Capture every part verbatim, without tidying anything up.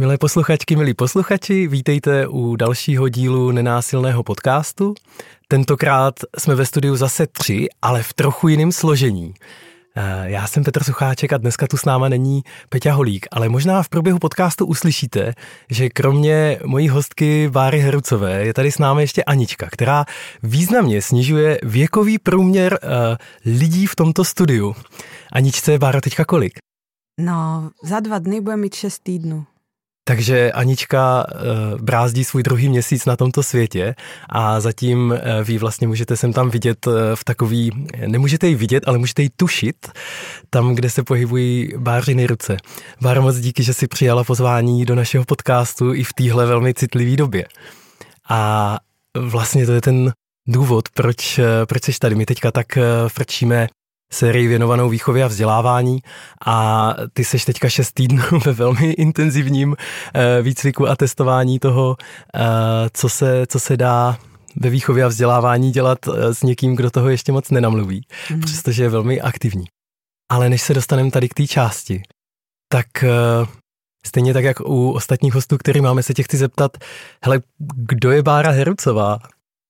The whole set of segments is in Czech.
Milé posluchačky, milí posluchači, vítejte u dalšího dílu Nenásilného podcastu. Tentokrát jsme ve studiu zase tři, ale v trochu jiném složení. Já jsem Petr Sucháček a dneska tu s náma není Peťa Holík, ale možná v průběhu podcastu uslyšíte, že kromě mojí hostky Báry Herucové je tady s námi ještě Anička, která významně snižuje věkový průměr uh, lidí v tomto studiu. Aničce je, Bára, teďka kolik? No, za dva dny bude mít šest týdnů. Takže Anička uh, brázdí svůj druhý měsíc na tomto světě a zatím uh, vy vlastně můžete sem tam vidět uh, v takový, nemůžete ji vidět, ale můžete ji tušit, tam, kde se pohybují Bářiny ruce. Báro, moc díky, že jsi přijala pozvání do našeho podcastu i v téhle velmi citlivé době. A vlastně to je ten důvod, proč, uh, proč jsi tady. My teďka tak uh, frčíme sérii věnovanou výchově a vzdělávání a ty seš teďka šest týdnů ve velmi intenzivním uh, výcviku a testování toho, uh, co se, co se dá ve výchově a vzdělávání dělat uh, s někým, kdo toho ještě moc nenamluví, mm. přestože je velmi aktivní. Ale než se dostaneme tady k té části, tak uh, stejně tak, jak u ostatních hostů, který máme, se tě chci zeptat, hele, kdo je Bára Herucová?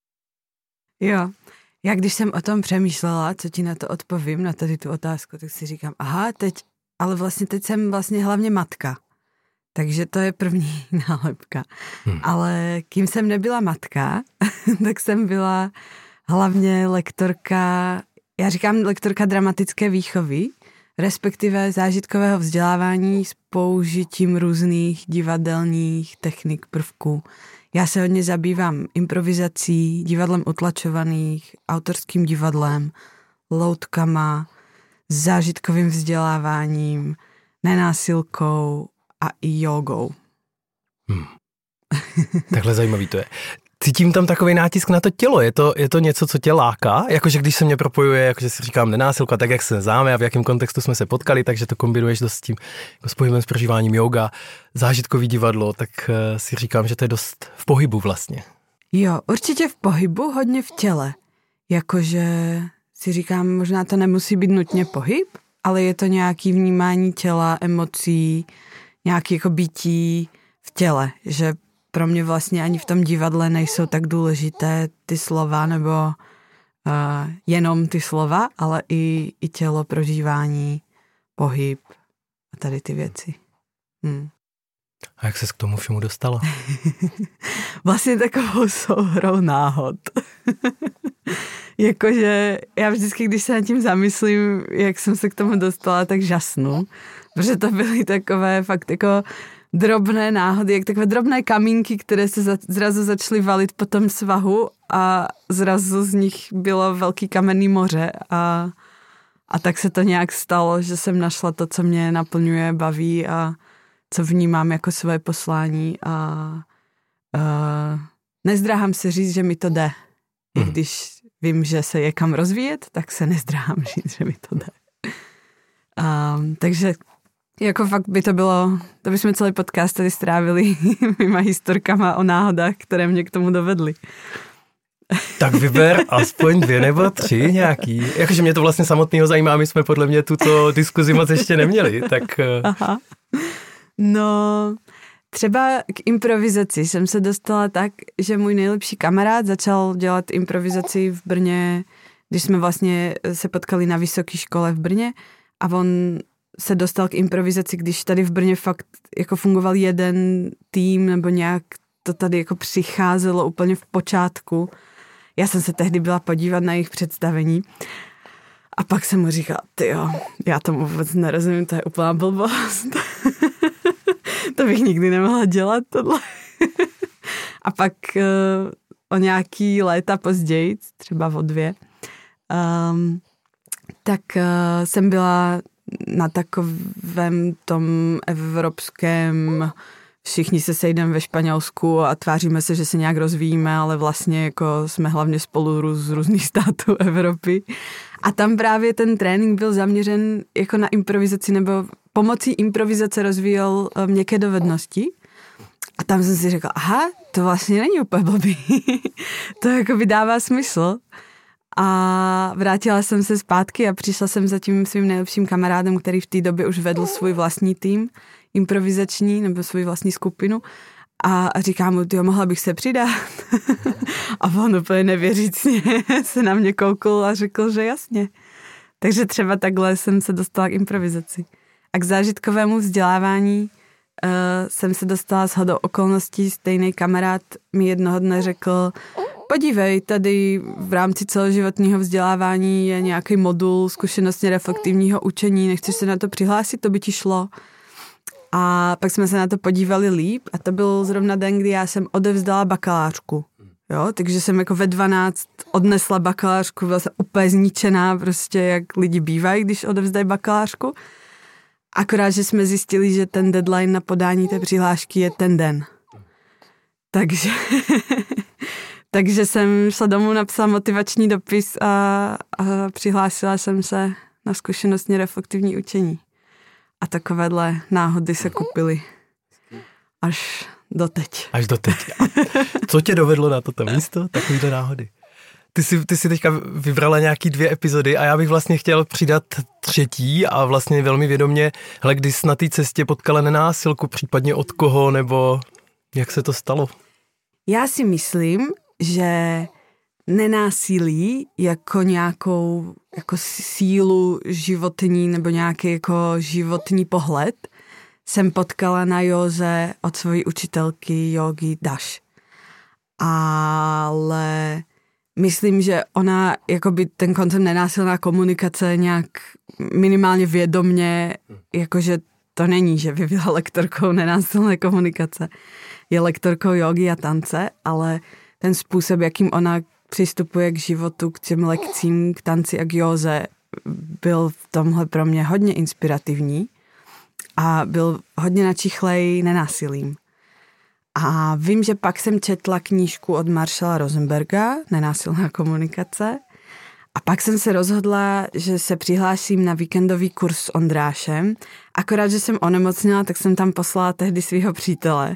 Jo. Já když jsem o tom přemýšlela, co ti na to odpovím, na tady tu otázku, tak si říkám, aha, teď, ale vlastně teď jsem vlastně hlavně matka. Takže to je první nálepka. Hmm. Ale kým jsem nebyla matka, tak jsem byla hlavně lektorka, já říkám lektorka dramatické výchovy, respektive zážitkového vzdělávání s použitím různých divadelních technik, prvků. Já se hodně zabývám improvizací, divadlem utlačovaných, autorským divadlem, loutkama, zážitkovým vzděláváním, nenásilkou a i jogou. Hmm. Takhle zajímavý to je. Cítím tam takový nátisk na to tělo. Je to, je to něco, co tě láká? Jakože když se mě propojuje, jakože si říkám nenásilka, tak jak se známe a v jakém kontextu jsme se potkali, takže to kombinuješ dost s tím jako s pohybem, s prožíváním yoga, zážitkový divadlo, tak uh, si říkám, že to je dost v pohybu vlastně. Jo, určitě v pohybu, hodně v těle. Jakože si říkám, možná to nemusí být nutně pohyb, ale je to nějaký vnímání těla, emocí, nějaký jako bytí v těle, že pro mě vlastně ani v tom divadle nejsou tak důležité ty slova nebo uh, jenom ty slova, ale i, i tělo, prožívání, pohyb a tady ty věci. Hmm. A jak ses k tomu všemu dostala? Vlastně takovou souhrou náhod. Jakože já vždycky, když se nad tím zamyslím, jak jsem se k tomu dostala, tak žasnu. Protože to byly takové fakt jako drobné náhody, jak takové drobné kamínky, které se za, zrazu začaly valit po tom svahu a zrazu z nich bylo velký kamenný moře a, a tak se to nějak stalo, že jsem našla to, co mě naplňuje, baví a co vnímám jako své poslání a, a nezdráhám se říct, že mi to jde. I když vím, že se je kam rozvíjet, tak se nezdráhám říct, že mi to jde. A, takže jako fakt by to bylo, to bychom celý podcast tady strávili mýma historkama o náhodách, které mě k tomu dovedly. Tak vyber aspoň dvě nebo tři nějaký. Jakože mě to vlastně samotného zajímá, my jsme podle mě tuto diskuzi moc ještě neměli, tak... Aha. No, třeba k improvizaci jsem se dostala tak, že můj nejlepší kamarád začal dělat improvizaci v Brně, když jsme vlastně se potkali na vysoké škole v Brně a on se dostal k improvizaci, když tady v Brně fakt jako fungoval jeden tým nebo nějak to tady jako přicházelo úplně v počátku. Já jsem se tehdy byla podívat na jejich představení a pak jsem mu říkala, tyjo, já tomu vůbec nerozumím, to je úplná blbost. To bych nikdy nemohla dělat tohle. A pak uh, o nějaký léta později, třeba o dvě, um, tak uh, jsem byla na takovém tom evropském, všichni se sejdeme ve Španělsku a tváříme se, že se nějak rozvíjíme, ale vlastně jako jsme hlavně spolu z různých států Evropy. A tam právě ten trénink byl zaměřen jako na improvizaci, nebo pomocí improvizace rozvíjel měkké dovednosti. A tam jsem si řekla, aha, to vlastně není úplně blbý. To jako by dává smysl. A vrátila jsem se zpátky a přišla jsem za tím svým nejlepším kamarádem, který v té době už vedl svůj vlastní tým. improvizační nebo svoji vlastní skupinu a, a říkám mu, tyjo, mohla bych se přidat. A on úplně nevěřícně se na mě koukl a řekl, že jasně. Takže třeba takhle jsem se dostala k improvizaci. A k zážitkovému vzdělávání uh, jsem se dostala shodou okolností. Stejný kamarád mi jednoho dne řekl, podívej, tady v rámci celoživotního vzdělávání je nějaký modul zkušenostně reflektivního učení, nechceš se na to přihlásit, to by ti šlo. A pak jsme se na to podívali líp a to byl zrovna den, kdy já jsem odevzdala bakalářku. Jo, takže jsem jako ve dvanáct odnesla bakalářku, byla jsem úplně zničená, prostě jak lidi bývají, když odevzdají bakalářku. Akorát, že jsme zjistili, že ten deadline na podání té přihlášky je ten den. Takže, takže jsem šla domů, napsala motivační dopis a, a přihlásila jsem se na zkušenostně reflektivní učení. A takovéhle náhody se kupily až doteď. Až doteď. A co tě dovedlo na toto místo, takovýhle náhody? Ty jsi, ty jsi teďka vybrala nějaký dvě epizody a já bych vlastně chtěl přidat třetí a vlastně velmi vědomě, hele, když jsi na té cestě potkala nenásilku, případně od koho, nebo jak se to stalo? Já si myslím, že nenásilí jako nějakou jako sílu životní nebo nějaký jako životní pohled jsem potkala na józe od svojí učitelky jógy Dash. Ale myslím, že ona, jakoby ten koncept nenásilná komunikace nějak minimálně vědomně, jakože to není, že by byla lektorkou nenásilné komunikace. Je lektorkou jógy a tance, ale ten způsob, jakým ona přistupuje k životu, k těm lekcím, k tanci a k józe, byl v tomhle pro mě hodně inspirativní a byl hodně načichlej nenásilím. A vím, že pak jsem četla knížku od Marshalla Rosenberga, Nenásilná komunikace, a pak jsem se rozhodla, že se přihlásím na víkendový kurz s Ondrášem. Akorát, že jsem onemocněla, tak jsem tam poslala tehdy svého přítele.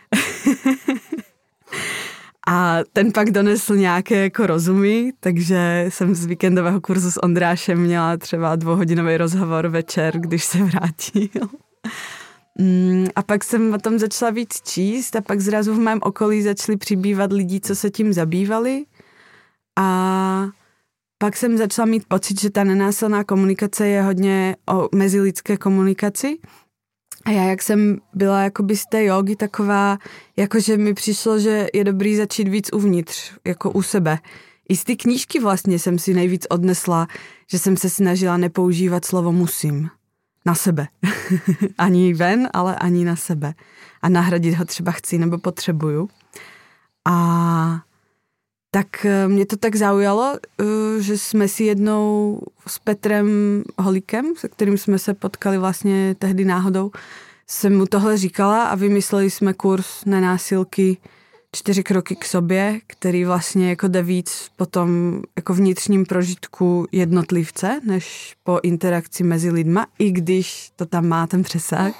A ten pak donesl nějaké jako rozumy, takže jsem z víkendového kurzu s Ondrášem měla třeba dvouhodinový rozhovor večer, když se vrátil. A pak jsem o tom začala víc číst a pak zrazu v mém okolí začali přibývat lidi, co se tím zabývali. A pak jsem začala mít pocit, že ta nenásilná komunikace je hodně o mezilidské komunikaci. A já, jak jsem byla jakoby z té jógy taková, jakože mi přišlo, že je dobrý začít víc uvnitř, jako u sebe. I z ty knížky vlastně jsem si nejvíc odnesla, že jsem se snažila nepoužívat slovo musím. Na sebe. Ani ven, ale ani na sebe. A nahradit ho třeba chci nebo potřebuju. A tak mě to tak zaujalo, že jsme si jednou s Petrem Holíkem, se kterým jsme se potkali vlastně tehdy náhodou, jsem mu tohle říkala a vymysleli jsme kurz nenásilky čtyři kroky k sobě, který vlastně jako jde víc po tom jako vnitřním prožitku jednotlivce, než po interakci mezi lidma, i když to tam má ten přesah.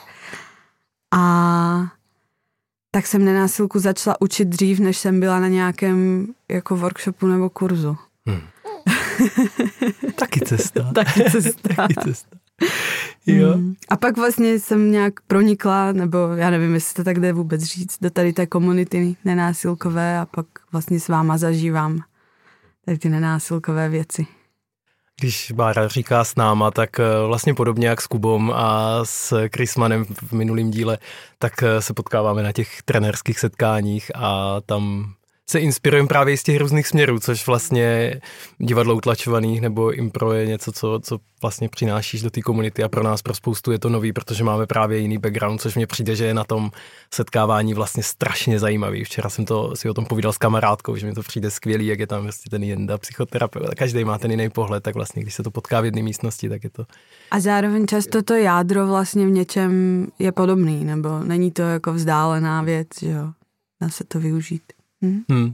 A tak jsem nenásilku začala učit dřív, než jsem byla na nějakém jako workshopu nebo kurzu. Hmm. Taky cesta. Taky cesta. Taky cesta. Jo. Hmm. A pak vlastně jsem nějak pronikla, nebo já nevím, jestli to tak jde vůbec říct, do tady té komunity nenásilkové a pak vlastně s váma zažívám tady ty nenásilkové věci. Když Bára říká s náma, tak vlastně podobně jak s Kubom a s Chrismanem v minulém díle, tak se potkáváme na těch trenérských setkáních a tam se inspirujeme právě z těch různých směrů, což vlastně divadlo utlačovaných nebo impro je něco, co, co vlastně přinášíš do té komunity a pro nás, pro spoustu je to nový, protože máme právě jiný background, což mně přijde, že je na tom setkávání vlastně strašně zajímavý. Včera jsem to si o tom povídal s kamarádkou, že mi to přijde skvělý, jak je tam vlastně ten Jenda, psychoterapeut, každý má ten jiný pohled, tak vlastně když se to potká v jedné místnosti, tak je to... A zároveň často to jádro vlastně v něčem je podobný, nebo není to jako vzdálená věc, že jo, dá se to využít. Hmm. Hmm.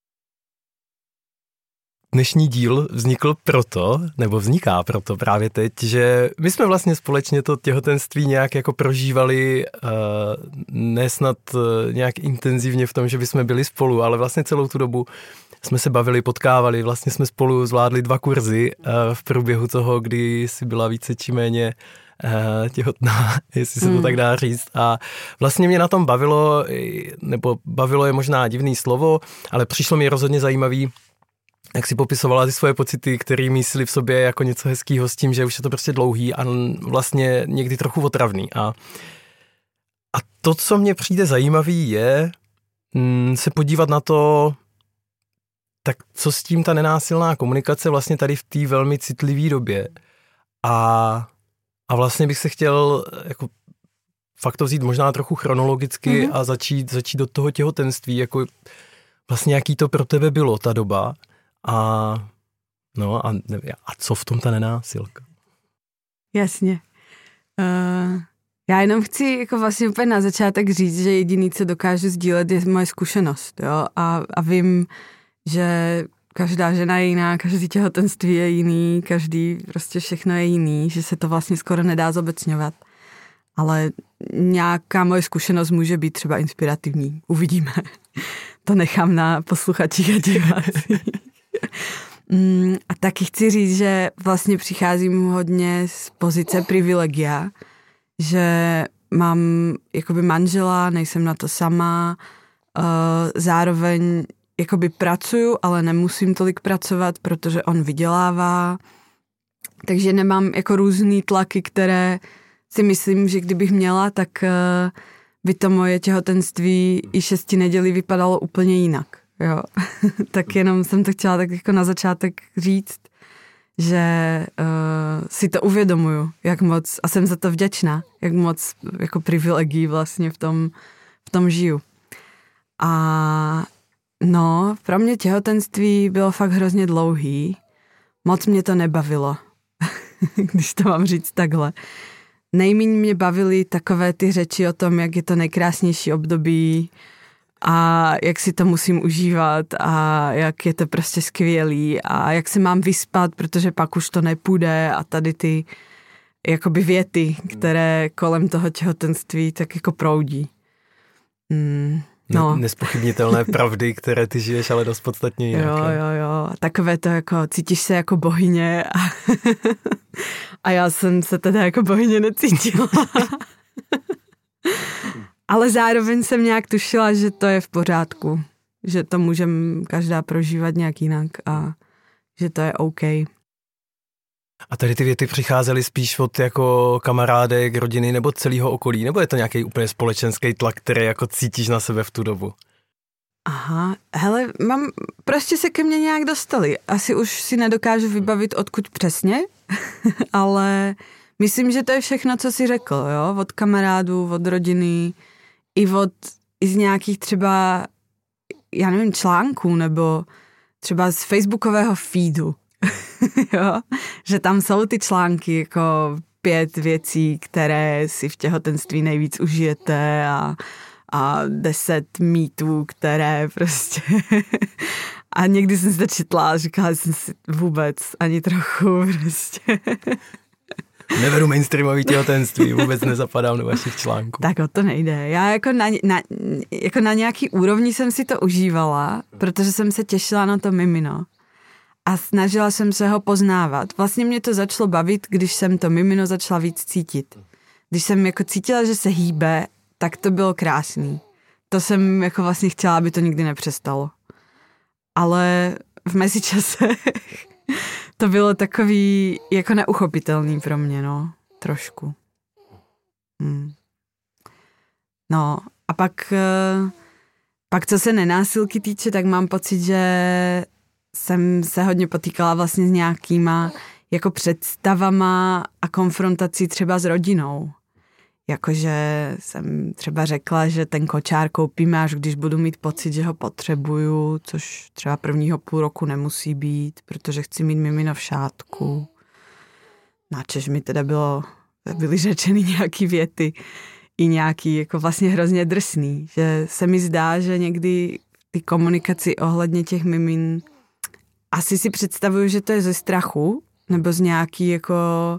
Dnešní díl vznikl proto, nebo vzniká proto právě teď, že my jsme vlastně společně to těhotenství nějak jako prožívali, uh, nesnad uh, nějak intenzivně v tom, že bychom byli spolu, ale vlastně celou tu dobu jsme se bavili, potkávali, vlastně jsme spolu zvládli dva kurzy uh, v průběhu toho, kdy si byla více či méně uh, těhotná, jestli se to mm. tak dá říct. A vlastně mě na tom bavilo, nebo bavilo je možná divný slovo, ale přišlo mi rozhodně zajímavý, jak si popisovala ty svoje pocity, které myslí v sobě jako něco hezkýho s tím, že už je to prostě dlouhý a vlastně někdy trochu otravný. A, a to, co mně přijde zajímavý, je mm, se podívat na to, tak co s tím ta nenásilná komunikace vlastně tady v té velmi citlivé době. A, a vlastně bych se chtěl jako fakt to vzít možná trochu chronologicky mm-hmm. a začít, začít od toho těhotenství, jako vlastně jaký to pro tebe bylo ta doba a no a, nevím, a co v tom ta nenásilka. Jasně. Uh, já jenom chci jako vlastně úplně na začátek říct, že jediný, co dokážu sdílet, je moje zkušenost. Jo? A, a vím, že každá žena je jiná, každý těhotenství je jiný, každý prostě všechno je jiný, že se to vlastně skoro nedá zobecňovat. Ale nějaká moje zkušenost může být třeba inspirativní. Uvidíme. To nechám na posluchačích a divácích. mm, a taky chci říct, že vlastně přicházím hodně z pozice privilegia, že mám jakoby manžela, nejsem na to sama, uh, zároveň jakoby pracuju, ale nemusím tolik pracovat, protože on vydělává. Takže nemám jako různý tlaky, které si myslím, že kdybych měla, tak uh, by to moje těhotenství i šesti nedělí vypadalo úplně jinak. Jo. Tak jenom jsem to chtěla tak jako na začátek říct, že uh, si to uvědomuju, jak moc, a jsem za to vděčná, jak moc jako privilegií vlastně v tom, v tom žiju. A no, pro mě těhotenství bylo fakt hrozně dlouhý. Moc mě to nebavilo, když to mám říct takhle. Nejméně mě bavily takové ty řeči o tom, jak je to nejkrásnější období a jak si to musím užívat a jak je to prostě skvělý a jak se mám vyspat, protože pak už to nepůjde a tady ty jakoby věty, které kolem toho těhotenství tak jako proudí. Mm. No. Nespochybnitelné pravdy, které ty žiješ, ale dost podstatně jinak. Jo, jo, jo. Takové to jako, cítíš se jako bohyně a, a já jsem se teda jako bohyně necítila. Ale zároveň jsem nějak tušila, že to je v pořádku. Že to můžeme každá prožívat nějak jinak a že to je OK. A tady ty věty přicházely spíš od jako kamarádek, rodiny nebo celého okolí? Nebo je to nějaký úplně společenský tlak, který jako cítíš na sebe v tu dobu? Aha, hele, mám, prostě se ke mně nějak dostali. Asi už si nedokážu vybavit odkud přesně, ale myslím, že to je všechno, co jsi řekl, jo? Od kamarádů, od rodiny, i od i z nějakých třeba, já nevím, článků, nebo třeba z facebookového feedu. Jo? Že tam jsou ty články jako pět věcí, které si v těhotenství nejvíc užijete a, a deset mýtů, které prostě a někdy jsem si to četla a říkala jsem si vůbec ani trochu prostě. Nevedu mainstreamový těhotenství, vůbec nezapadám do vašich článků. Tak o to nejde. Já jako na, na, jako na nějaký úrovni jsem si to užívala, protože jsem se těšila na to mimino. A snažila jsem se ho poznávat. Vlastně mě to začalo bavit, když jsem to mimino začala víc cítit. Když jsem jako cítila, že se hýbe, tak to bylo krásný. To jsem jako vlastně chtěla, aby to nikdy nepřestalo. Ale v mezičasech to bylo takový jako neuchopitelný pro mě, no. Trošku. Hmm. No a pak, pak co se nenásilky týče, tak mám pocit, že jsem se hodně potýkala vlastně s nějakýma jako představama a konfrontací třeba s rodinou. Jakože jsem třeba řekla, že ten kočár koupíme, až když budu mít pocit, že ho potřebuju, což třeba prvního půl roku nemusí být, protože chci mít mimino v šátku. Načež mi teda bylo, byly řečeny nějaký věty i nějaký jako vlastně hrozně drsný, že se mi zdá, že někdy ty komunikaci ohledně těch mimin asi si představuju, že to je ze strachu, nebo z nějaký jako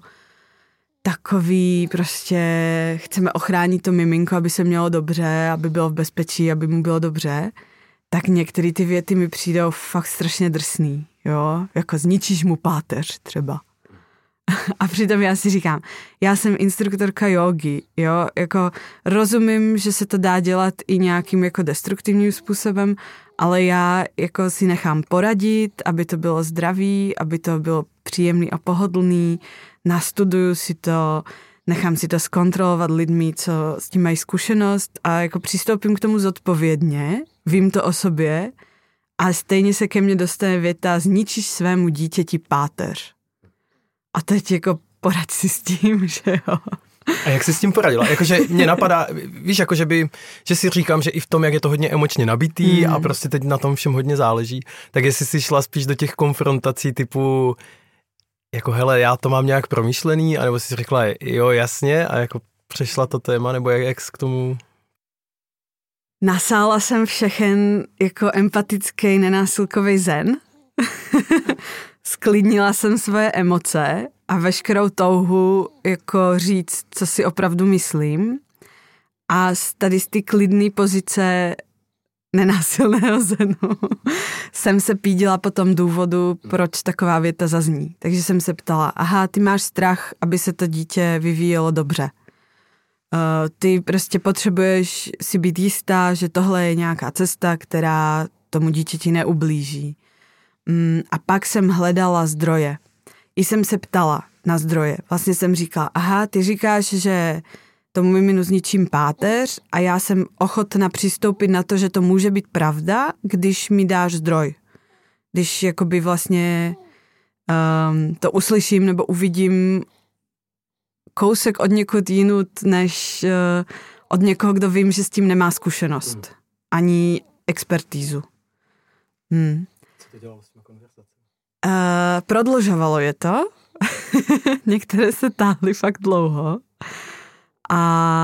takový prostě chceme ochránit to miminko, aby se mělo dobře, aby bylo v bezpečí, aby mu bylo dobře, tak některé ty věty mi přijdou fakt strašně drsný, jo, jako zničíš mu páteř třeba, A přitom já si říkám, já jsem instruktorka jógy, jo, jako rozumím, že se to dá dělat i nějakým jako destruktivním způsobem, ale já jako si nechám poradit, aby to bylo zdravý, aby to bylo příjemný a pohodlný, nastuduju si to, nechám si to zkontrolovat lidmi, co s tím mají zkušenost a jako přistoupím k tomu zodpovědně, vím to o sobě a stejně se ke mně dostane věta, zničíš svému dítěti páteř. A teď jako poraď si s tím, že jo. A jak jsi s tím poradila? Jakože mě napadá, víš, jakože by, že si říkám, že i v tom, jak je to hodně emočně nabitý mm. a prostě teď na tom všem hodně záleží, tak jestli jsi šla spíš do těch konfrontací typu, jako hele, já to mám nějak promyšlený, anebo jsi řekla, jo, jasně, a jako přešla to téma, nebo jak, jak k tomu... Nasála jsem všechen jako empatický, nenásilkový zen. Sklidnila jsem svoje emoce a veškerou touhu jako říct, co si opravdu myslím. A z tady z té klidné pozice nenásilného zenu jsem se pídila po tom důvodu, proč taková věta zazní. Takže jsem se ptala, aha, ty máš strach, aby se to dítě vyvíjelo dobře. Uh, ty prostě potřebuješ si být jistá, že tohle je nějaká cesta, která tomu dítěti neublíží. Um, a pak jsem hledala zdroje. I jsem se ptala na zdroje. Vlastně jsem říkala, aha, ty říkáš, že tomu miminu zničím páteř a já jsem ochotna přistoupit na to, že to může být pravda, když mi dáš zdroj. Když jakoby vlastně um, to uslyším nebo uvidím kousek od někud jinut, než uh, od někoho, kdo vím, že s tím nemá zkušenost. Mm. Ani expertízu. Hmm. Co to dělalo s těmi konverzacemi? Uh, prodlužovalo je to. Některé se táhly fakt dlouho. A,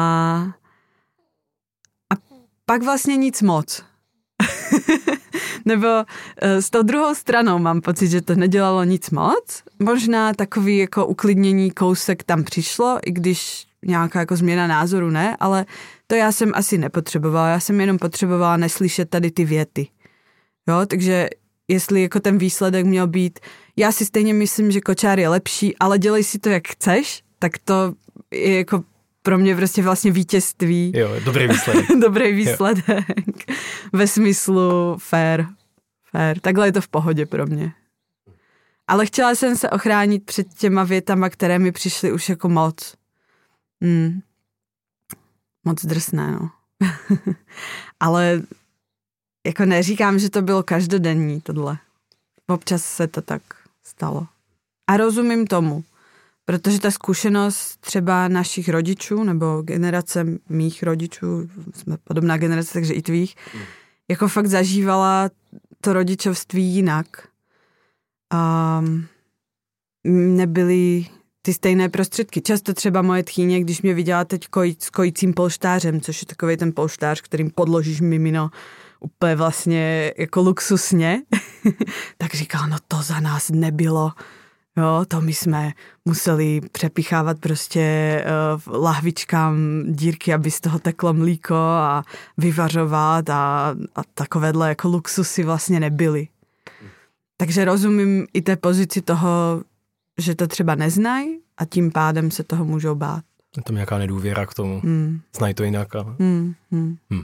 a pak vlastně nic moc. Nebo uh, s tou druhou stranou mám pocit, že to nedělalo nic moc. Možná takový jako uklidnění kousek tam přišlo, i když nějaká jako změna názoru ne, ale to já jsem asi nepotřebovala. Já jsem jenom potřebovala neslyšet tady ty věty. Jo, takže jestli jako ten výsledek měl být, já si stejně myslím, že kočár je lepší, ale dělej si to, jak chceš, tak to je jako pro mě prostě vlastně vítězství. Jo, dobrý výsledek. Dobrý výsledek. Ve smyslu fair. Fair. Takhle je to v pohodě pro mě. Ale chtěla jsem se ochránit před těma větama, které mi přišly už jako moc. Hmm. Moc drsné, no. Ale jako neříkám, že to bylo každodenní tohle. Občas se to tak stalo. A rozumím tomu. Protože ta zkušenost třeba našich rodičů nebo generace mých rodičů, jsme podobná generace, takže i tvých, mm. jako fakt zažívala to rodičovství jinak. Um, nebyly ty stejné prostředky. Často třeba moje tchýně, když mě viděla teď kojit s kojícím polštářem, což je takový ten polštář, kterým podložíš mimino úplně vlastně jako luxusně, tak říkala, no to za nás nebylo. Jo, to my jsme museli přepichávat prostě uh, lahvičkám dírky, aby z toho teklo mlíko a vyvařovat a, a takovéhle jako luxusy vlastně nebyly. Takže rozumím i té pozici toho, že to třeba neznají a tím pádem se toho můžou bát. Je tam nějaká nedůvěra k tomu. Hmm. Znají to jinak. Ale... Hmm. Hmm. Hmm.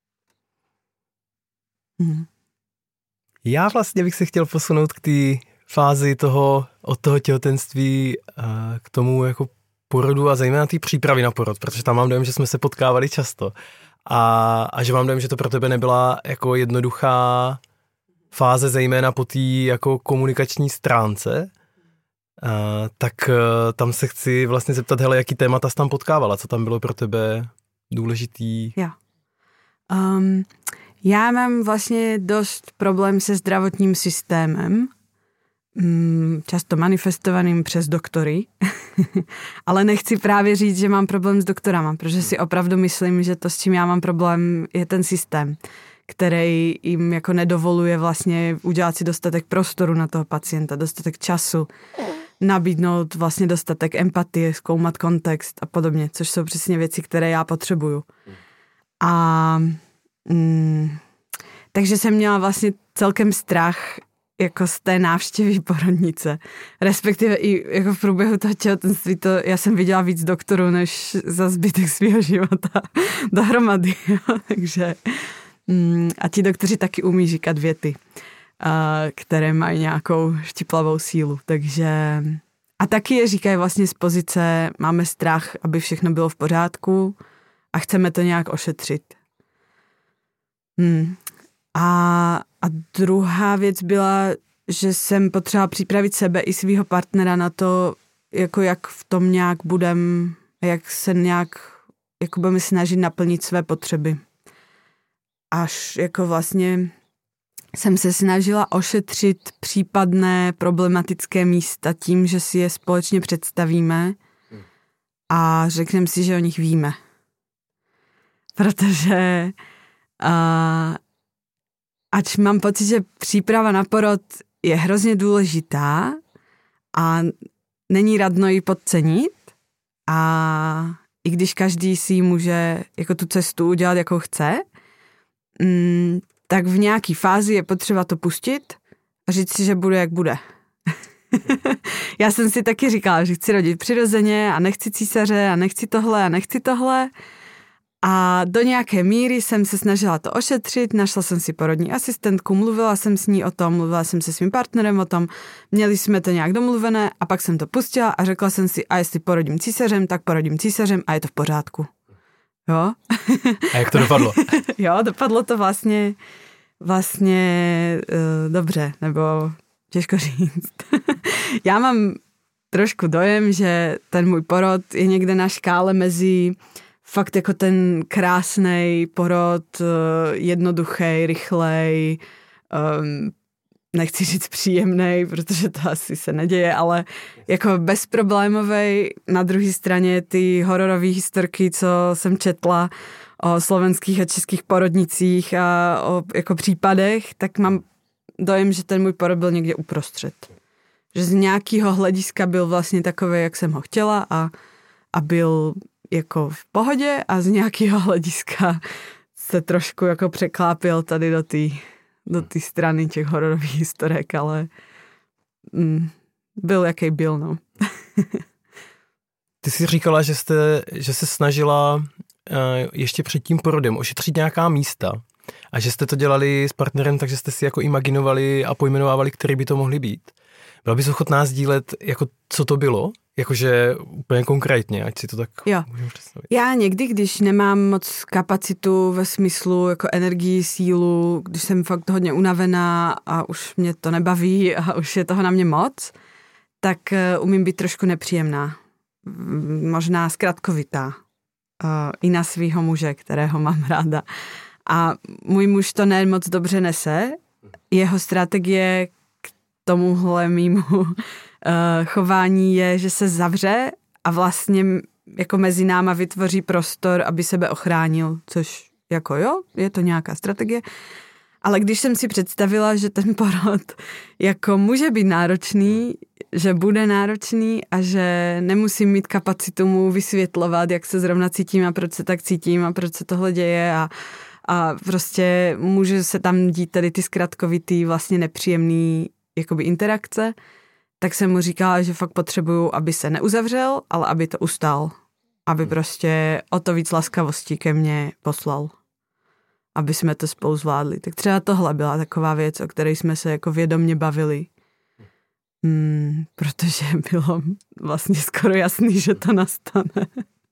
Hmm. Já vlastně bych se chtěl posunout k té fázi toho, od toho těhotenství k tomu jako porodu a zejména té přípravy na porod, protože tam mám dojem, že jsme se potkávali často a, a že mám dojem, že to pro tebe nebyla jako jednoduchá fáze, zejména po té jako komunikační stránce, a, tak a, tam se chci vlastně zeptat, hele, jaký témata jsi tam potkávala, co tam bylo pro tebe důležitý? Já. Um, já mám vlastně dost problém se zdravotním systémem, často manifestovaným přes doktory, ale nechci právě říct, že mám problém s doktorama, protože si opravdu myslím, že to, s čím já mám problém, je ten systém, který jim jako nedovoluje vlastně udělat si dostatek prostoru na toho pacienta, dostatek času, nabídnout vlastně dostatek empatie, zkoumat kontext a podobně, což jsou přesně věci, které já potřebuju. A mm, takže jsem měla vlastně celkem strach jako z té návštěvy porodnice. Respektive i jako v průběhu toho těhotenství to, já jsem viděla víc doktorů, než za zbytek svého života dohromady. Jo. Takže mm, a ti doktoři taky umí říkat věty, a, které mají nějakou štiplavou sílu. Takže a taky je říkají vlastně z pozice, máme strach, aby všechno bylo v pořádku a chceme to nějak ošetřit. Hmm. A, a druhá věc byla, že jsem potřeba připravit sebe i svého partnera na to, jako jak v tom nějak budem, jak se nějak jako budeme snažit naplnit své potřeby. Až jako vlastně jsem se snažila ošetřit případné problematické místa tím, že si je společně představíme a řekneme si, že o nich víme. Protože uh, ač mám pocit, že příprava na porod je hrozně důležitá a není radno ji podcenit a i když každý si může jako tu cestu udělat, jakou chce, mm, tak v nějaký fázi je potřeba to pustit a říct si, že bude, jak bude. Já jsem si taky říkala, že chci rodit přirozeně a nechci císaře a nechci tohle a nechci tohle. A do nějaké míry jsem se snažila to ošetřit, našla jsem si porodní asistentku, mluvila jsem s ní o tom, mluvila jsem se svým partnerem o tom, měli jsme to nějak domluvené a pak jsem to pustila a řekla jsem si, a jestli porodím císařem, tak porodím císařem a je to v pořádku. Jo? A jak to dopadlo? Jo, dopadlo to vlastně, vlastně uh, dobře, nebo těžko říct. Já mám trošku dojem, že ten můj porod je někde na škále mezi fakt jako ten krásnej porod, jednoduchý, rychlej, um, nechci říct příjemnej, protože to asi se neděje, ale jako bezproblémovej. Na druhé straně ty hororové historky, co jsem četla o slovenských a českých porodnicích a o jako případech, tak mám dojem, že ten můj porod byl někde uprostřed. Že z nějakého hlediska byl vlastně takový, jak jsem ho chtěla a, a byl jako v pohodě a z nějakého hlediska se trošku jako překlápil tady do té do té strany těch hororových historek, ale mm, byl jaký byl, no. Ty jsi říkala, že jste, že se snažila uh, ještě před tím porodem ošetřit nějaká místa a že jste to dělali s partnerem, takže jste si jako imaginovali a pojmenovávali, který by to mohly být. Byla bys ochotná sdílet, jako co to bylo? Jakože úplně konkrétně, ať si to tak jo. můžeme představit. Já někdy, když nemám moc kapacitu ve smyslu jako energii, sílu, když jsem fakt hodně unavená a už mě to nebaví a už je toho na mě moc, tak umím být trošku nepříjemná. Možná zkratkovitá. I na svýho muže, kterého mám ráda. A můj muž to ne moc dobře nese. Jeho strategie k tomuhle mýmu Uh, chování je, že se zavře a vlastně jako mezi náma vytvoří prostor, aby sebe ochránil, což jako jo, je to nějaká strategie. Ale když jsem si představila, že ten porod jako může být náročný, že bude náročný a že nemusím mít kapacitu mu vysvětlovat, jak se zrovna cítím a proč se tak cítím a proč se tohle děje a, a prostě může se tam dít tady ty zkratkovitý vlastně nepříjemný jakoby interakce, tak jsem mu říkala, že fakt potřebuju, aby se neuzavřel, ale aby to ustál. Aby prostě o to víc laskavosti ke mně poslal. Aby jsme to spolu zvládli. Tak třeba tohle byla taková věc, o které jsme se jako vědomně bavili. Hmm, protože bylo vlastně skoro jasný, že to nastane.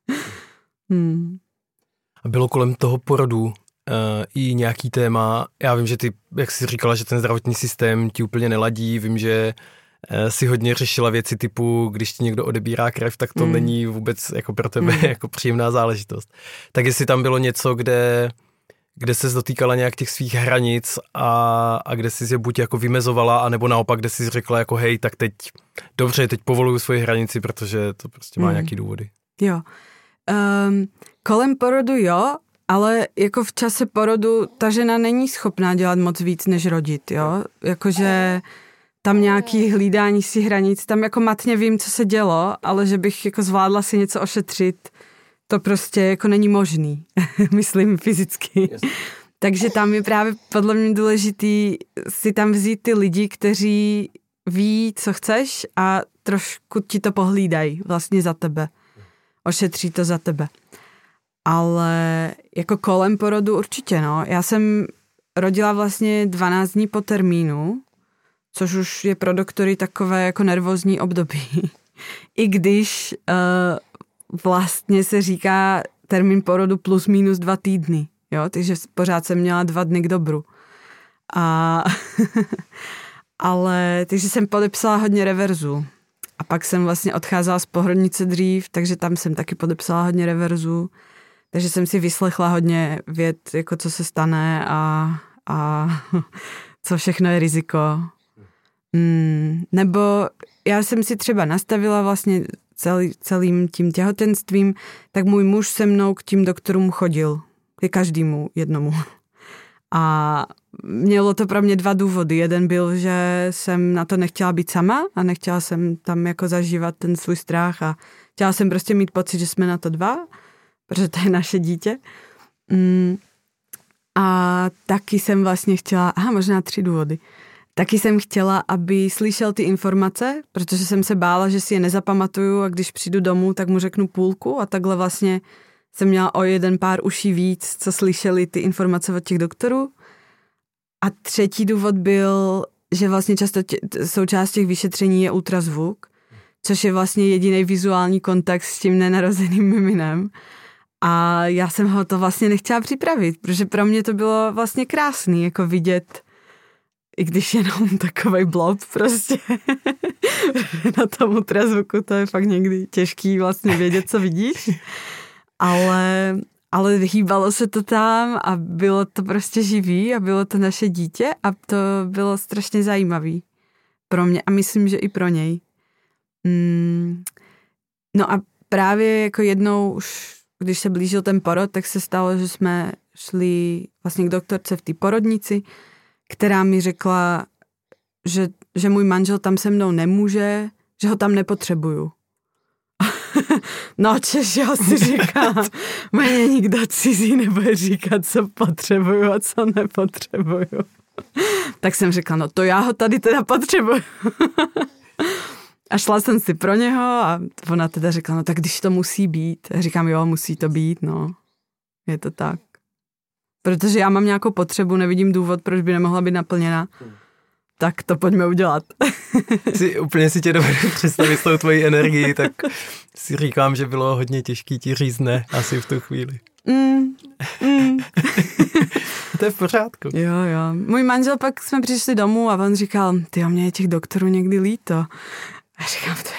hmm. A bylo kolem toho porodu uh, i nějaký téma. Já vím, že ty, jak jsi říkala, že ten zdravotní systém ti úplně neladí. Vím, že si hodně řešila věci typu, když ti někdo odebírá krev, tak to mm. není vůbec jako pro tebe mm. jako příjemná záležitost. Tak jestli tam bylo něco, kde, kde ses dotýkala nějak těch svých hranic a, a kde jsi je buď jako vymezovala, anebo naopak, kde jsi řekla jako hej, tak teď dobře, teď povoluju svoji hranici, protože to prostě má mm. nějaký důvody. Jo. Um, kolem porodu jo, ale jako v čase porodu ta žena není schopná dělat moc víc, než rodit, jo. Jakože tam nějaký hlídání si hranic, tam jako matně vím, co se dělo, ale že bych jako zvládla si něco ošetřit, to prostě jako není možný, myslím fyzicky. Yes. Takže tam je právě podle mě důležitý si tam vzít ty lidi, kteří ví, co chceš a trošku ti to pohlídají vlastně za tebe. Ošetří to za tebe. Ale jako kolem porodu určitě, no. Já jsem rodila vlastně dvanáct dní po termínu, což už je pro doktory takové jako nervózní období. I když uh, vlastně se říká termín porodu plus minus dva týdny, jo, takže pořád jsem měla dva dny k dobru. A ale, takže jsem podepsala hodně reverzu. A pak jsem vlastně odcházela z porodnice dřív, takže tam jsem taky podepsala hodně reverzu. Takže jsem si vyslechla hodně věd, jako co se stane a, a co všechno je riziko. Mm, nebo já jsem si třeba nastavila vlastně celý, celým tím těhotenstvím, tak můj muž se mnou k tím doktorům chodil. Ke každému jednomu. A mělo to pro mě dva důvody. Jeden byl, že jsem na to nechtěla být sama a nechtěla jsem tam jako zažívat ten svůj strach a chtěla jsem prostě mít pocit, že jsme na to dva, protože to je naše dítě. Mm. A taky jsem vlastně chtěla, aha, možná tři důvody. Taky jsem chtěla, aby slyšel ty informace, protože jsem se bála, že si je nezapamatuju a když přijdu domů, tak mu řeknu půlku a takhle vlastně jsem měla o jeden pár uší víc, co slyšeli ty informace od těch doktorů. A třetí důvod byl, že vlastně často tě, součást těch vyšetření je ultrazvuk, což je vlastně jediný vizuální kontakt s tím nenarozeným miminem. A já jsem ho to vlastně nechtěla připravit, protože pro mě to bylo vlastně krásný, jako vidět, i když jenom takovej blob prostě. Na tom ultrazvuku to je fakt někdy těžký vlastně vědět, co vidíš. Ale, ale hýbalo se to tam a bylo to prostě živý a bylo to naše dítě a to bylo strašně zajímavý pro mě a myslím, že i pro něj. Mm. No a právě jako jednou už, když se blížil ten porod, tak se stalo, že jsme šli vlastně k doktorce v té porodnici, která mi řekla, že, že můj manžel tam se mnou nemůže, že ho tam nepotřebuju. No, čež já si říkám, mě nikdo cizí nebude říkat, co potřebuju a co nepotřebuju. Tak jsem řekla, no to já ho tady teda potřebuju. A šla jsem si pro něho a ona teda řekla, no tak když to musí být. A říkám, jo, musí to být, no. Je to tak. Protože já mám nějakou potřebu, nevidím důvod, proč by nemohla být naplněna. Tak to pojďme udělat. Si, úplně si tě dovedu představit s tou tvojí energií, tak si říkám, že bylo hodně těžký ti říct ne asi v tu chvíli. Mm, mm. To je v pořádku. Jo, jo. Můj manžel pak jsme přišli domů a on říkal, tyjo, mě je těch doktorů někdy líto. A říkám, to je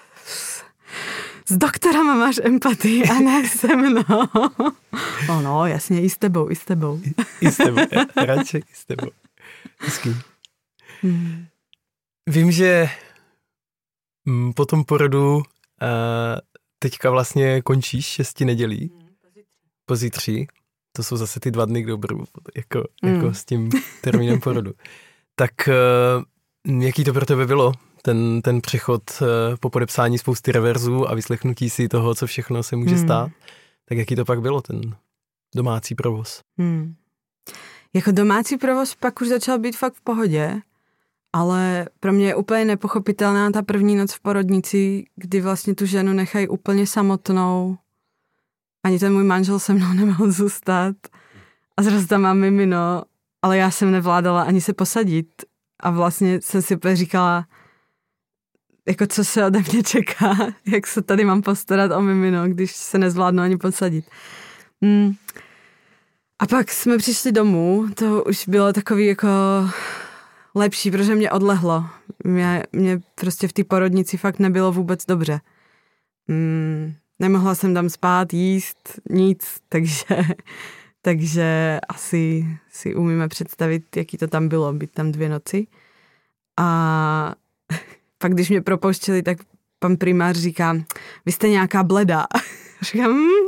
s doktorama máš empatii a ne se mnou. Oh no, jasně, i s tebou, i s tebou. I, i s tebou, radši i s tebou. Hezký. Hmm. Vím, že po tom porodu uh, teďka vlastně končíš šesti nedělí. Pozítří. To jsou zase ty dva dny k dobru, jako, hmm. jako s tím termínem porodu. Tak uh, jaký to pro tebe bylo? Ten, ten přechod uh, po podepsání spousty reverzů a vyslechnutí si toho, co všechno se může hmm. stát. Tak jaký to pak bylo, ten domácí provoz? Hmm. Jako domácí provoz pak už začal být fakt v pohodě, ale pro mě je úplně nepochopitelná ta první noc v porodnici, kdy vlastně tu ženu nechají úplně samotnou. Ani ten můj manžel se mnou nemohl zůstat. A zase tam mám mimino, ale já jsem nevládala ani se posadit. A vlastně jsem si úplně říkala, jako co se ode mě čeká, jak se tady mám postarat o mimino, když se nezvládnu ani posadit. Hmm. A pak jsme přišli domů, to už bylo takový jako lepší, protože mě odlehlo. Mě, mě prostě v té porodnici fakt nebylo vůbec dobře. Hmm. Nemohla jsem tam spát, jíst, nic, takže, takže asi si umíme představit, jaký to tam bylo, být tam dvě noci. A pak, když mě propouštěli, tak pan primář říká, vy jste nějaká bledá. Říkám, hm.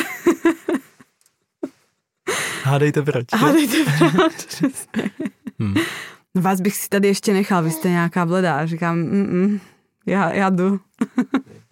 Hádejte proč. Hádejte proč, přesně. Hmm. Vás bych si tady ještě nechal, vy jste nějaká bledá. Říkám, mm, mm, já, já jdu.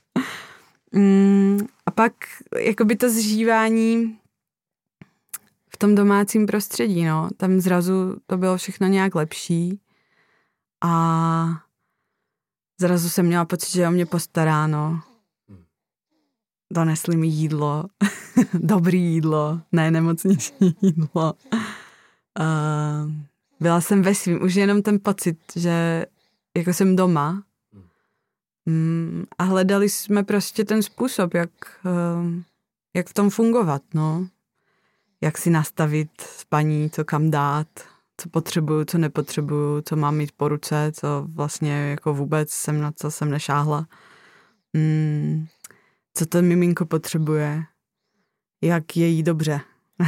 mm, a pak jakoby to zžívání v tom domácím prostředí, no. Tam zrazu to bylo všechno nějak lepší a zrazu jsem měla pocit, že o mě postaráno. Donesli mi jídlo, dobrý jídlo, ne nemocniční jídlo. Uh, byla jsem ve svým, už jenom ten pocit, že jako jsem doma mm, a hledali jsme prostě ten způsob, jak, uh, jak v tom fungovat, no. Jak si nastavit spaní, co kam dát, co potřebuju, co nepotřebuju, co mám mít po ruce, co vlastně jako vůbec jsem na co jsem nešáhla. Mm, co to miminko potřebuje, jak je jí dobře.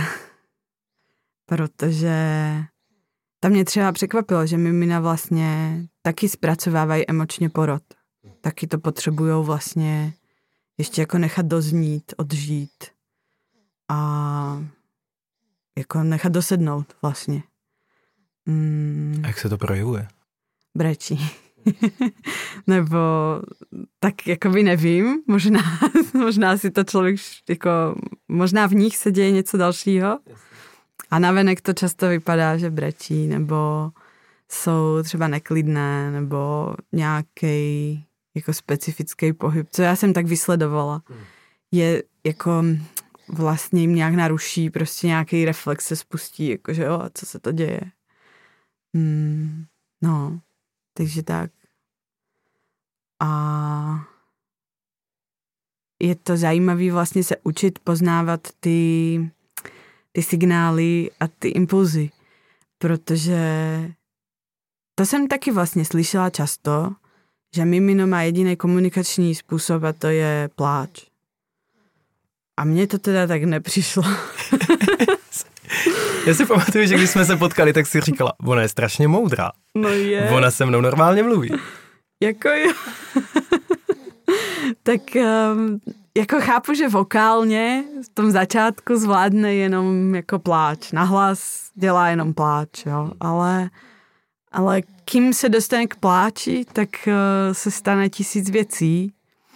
Protože tam mě třeba překvapilo, že mimina vlastně taky zpracovávají emočně porod. Taky to potřebujou vlastně ještě jako nechat doznít, odžít a jako nechat dosednout vlastně. Mm. A jak se to projevuje? Brečí. Nebo tak jakoby nevím, možná, možná si to člověk, jako, možná v nich se děje něco dalšího a navenek to často vypadá, že brečí, nebo jsou třeba neklidné, nebo nějaký jako specifický pohyb, co já jsem tak vysledovala, je jako vlastně jim nějak naruší, prostě nějaký reflex se spustí, jakože jo, a co se to děje. Hmm, no, takže tak. A je to zajímavé vlastně se učit poznávat ty, ty signály a ty impulzy, protože to jsem taky vlastně slyšela často, že mimino má jediný komunikační způsob a to je pláč. A mně to teda tak nepřišlo. Já si pamatuju, že když jsme se potkali, tak si říkala, ona je strašně moudrá. No je. Ona se mnou normálně mluví. Jako jo. Tak um, jako chápu, že vokálně v tom začátku zvládne jenom jako pláč. Nahlas dělá jenom pláč, jo. Ale, ale kým se dostane k pláči, tak uh, se stane tisíc věcí.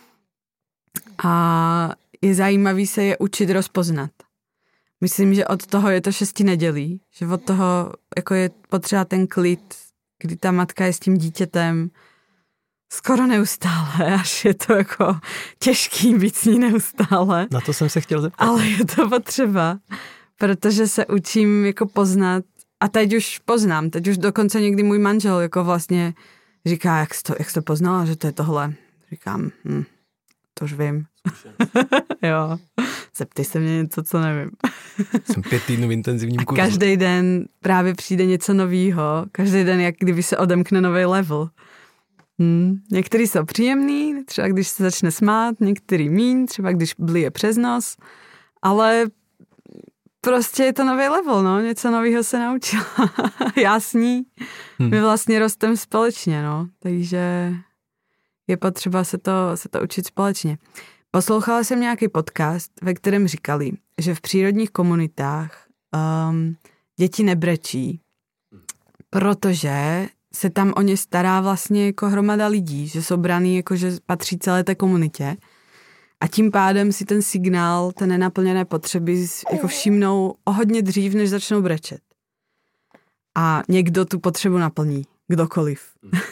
A je zajímavý se je učit rozpoznat. Myslím, že od toho je to šesti nedělí, že od toho jako je potřeba ten klid, kdy ta matka je s tím dítětem skoro neustále, až je to jako těžký být s ní neustále. Na to jsem se chtěl zeptat. Ale je to potřeba, protože se učím jako poznat a teď už poznám, teď už dokonce někdy můj manžel jako vlastně říká, jak jsi to, jak jsi to poznala, že to je tohle. Říkám, hm, to už vím. Jo, zeptej se mě něco, co nevím. Jsem pět týdnů v intenzivním kurzu. Každý den právě přijde něco novýho. Každý den, jak kdyby se odemkne nový level. Hmm. Některý jsou příjemný, třeba když se začne smát, některý míň, třeba když blije přes nos, ale prostě je to nový level, no, něco novýho se naučila. Já s ní. Hmm. My vlastně rostem společně, no, takže je potřeba se to, se to učit společně. Poslouchala jsem nějaký podcast, ve kterém říkali, že v přírodních komunitách um, děti nebrečí, protože se tam o ně stará vlastně jako hromada lidí, že jsou braný jako, že patří celé té komunitě a tím pádem si ten signál, ten nenaplněné potřeby jako všimnou o hodně dřív, než začnou brečet. A někdo tu potřebu naplní, kdokoliv.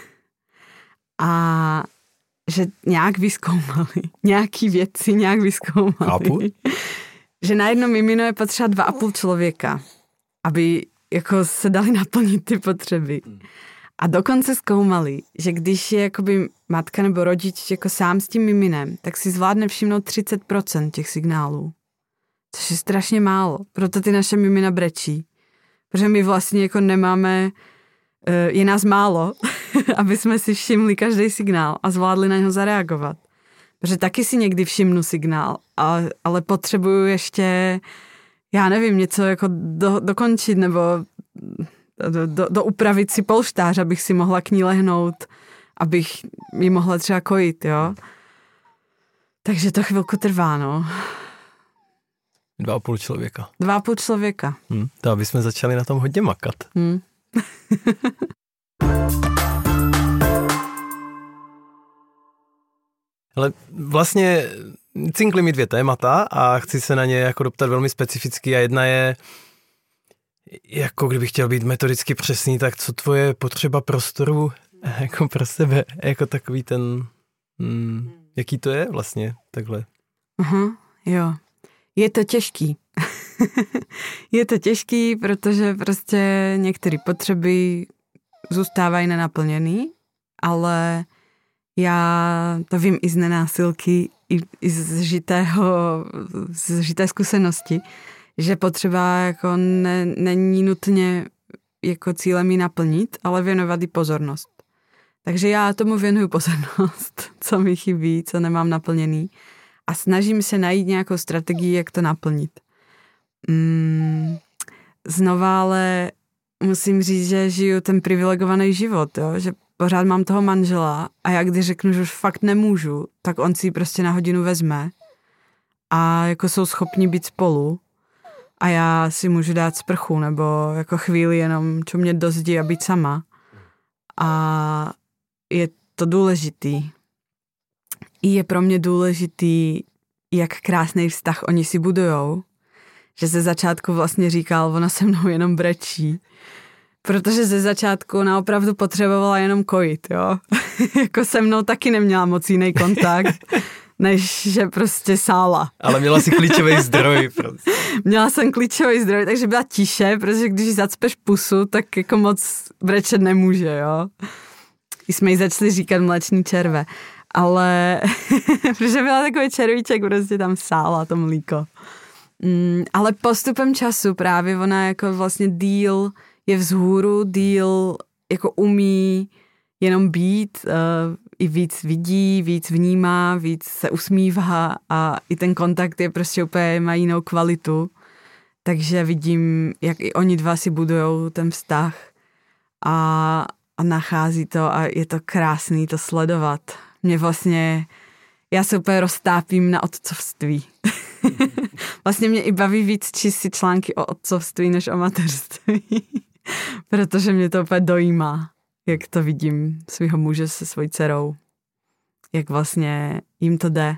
A že nějak vyzkoumali, nějaký vědci nějak vyzkoumali, Chápu. že na jedno mimino je potřeba dva a půl člověka, aby jako se dali naplnit ty potřeby. A dokonce zkoumali, že když je jakoby matka nebo rodič jako sám s tím miminem, tak si zvládne všimnout třicet procent těch signálů. Což je strašně málo. Proto ty naše mimina brečí. Protože my vlastně jako nemáme, je nás málo, aby jsme si všimli každý signál a zvládli na něho zareagovat. Protože taky si někdy všimnu signál, ale, ale potřebuju ještě, já nevím, něco jako do, dokončit nebo do, do, doupravit si polštář, abych si mohla k ní lehnout, abych ji mohla třeba kojit, jo. Takže to chvilku trvá, no. Dva a půl člověka. Dva a půl člověka. Hmm, to aby jsme začali na tom hodně makat. Hmm. Ale vlastně cinkly mi dvě témata a chci se na ně jako doptat velmi specificky a jedna je, jako kdybych chtěl být metodicky přesný, tak co tvoje potřeba prostoru jako pro sebe, jako takový ten, hmm, jaký to je vlastně takhle? Aha, jo. Je to těžký. Je to těžký, protože prostě některé potřeby zůstávají nenaplněný, ale já to vím i z nenásilky, i, i z žitého, z žité zkušenosti, že potřeba jako ne, není nutně jako cílem ji naplnit, ale věnovat jí pozornost. Takže já tomu věnuju pozornost, co mi chybí, co nemám naplněný a snažím se najít nějakou strategii, jak to naplnit. Mm, znova ale musím říct, že žiju ten privilegovaný život, jo? Že pořád mám toho manžela a já když řeknu, že už fakt nemůžu, tak on si ji prostě na hodinu vezme a jako jsou schopni být spolu a já si můžu dát sprchu nebo jako chvíli jenom čumět do zdi a být sama. A je to důležitý. I je pro mě důležitý, jak krásný vztah oni si budujou. Že ze začátku vlastně říkal, ona se mnou jenom brečí. Protože ze začátku ona opravdu potřebovala jenom kojit, jo. Jako se mnou taky neměla moc jiný kontakt, než že prostě sála. Ale měla si klíčový zdroj. Prostě. Měla jsem klíčový zdroj, takže byla tiše, protože když zacpeš pusu, tak jako moc brečet nemůže, jo. I jsme jí začali říkat mléčný červe. Ale protože byla takový červíček, prostě tam sála to mlíko. Mm, ale postupem času právě ona jako vlastně díl je vzhůru, díl jako umí jenom být, uh, i víc vidí, víc vnímá, víc se usmívá a i ten kontakt je prostě úplně, má jinou kvalitu. Takže vidím, jak i oni dva si budujou ten vztah a, a nachází to a je to krásný to sledovat. Mě vlastně, já se úplně roztápím na otcovství. Vlastně mě i baví víc číst si články o otcovství než o mateřství. Protože mě to úplně dojímá, jak to vidím svýho muže se svojí dcerou. Jak vlastně jim to jde.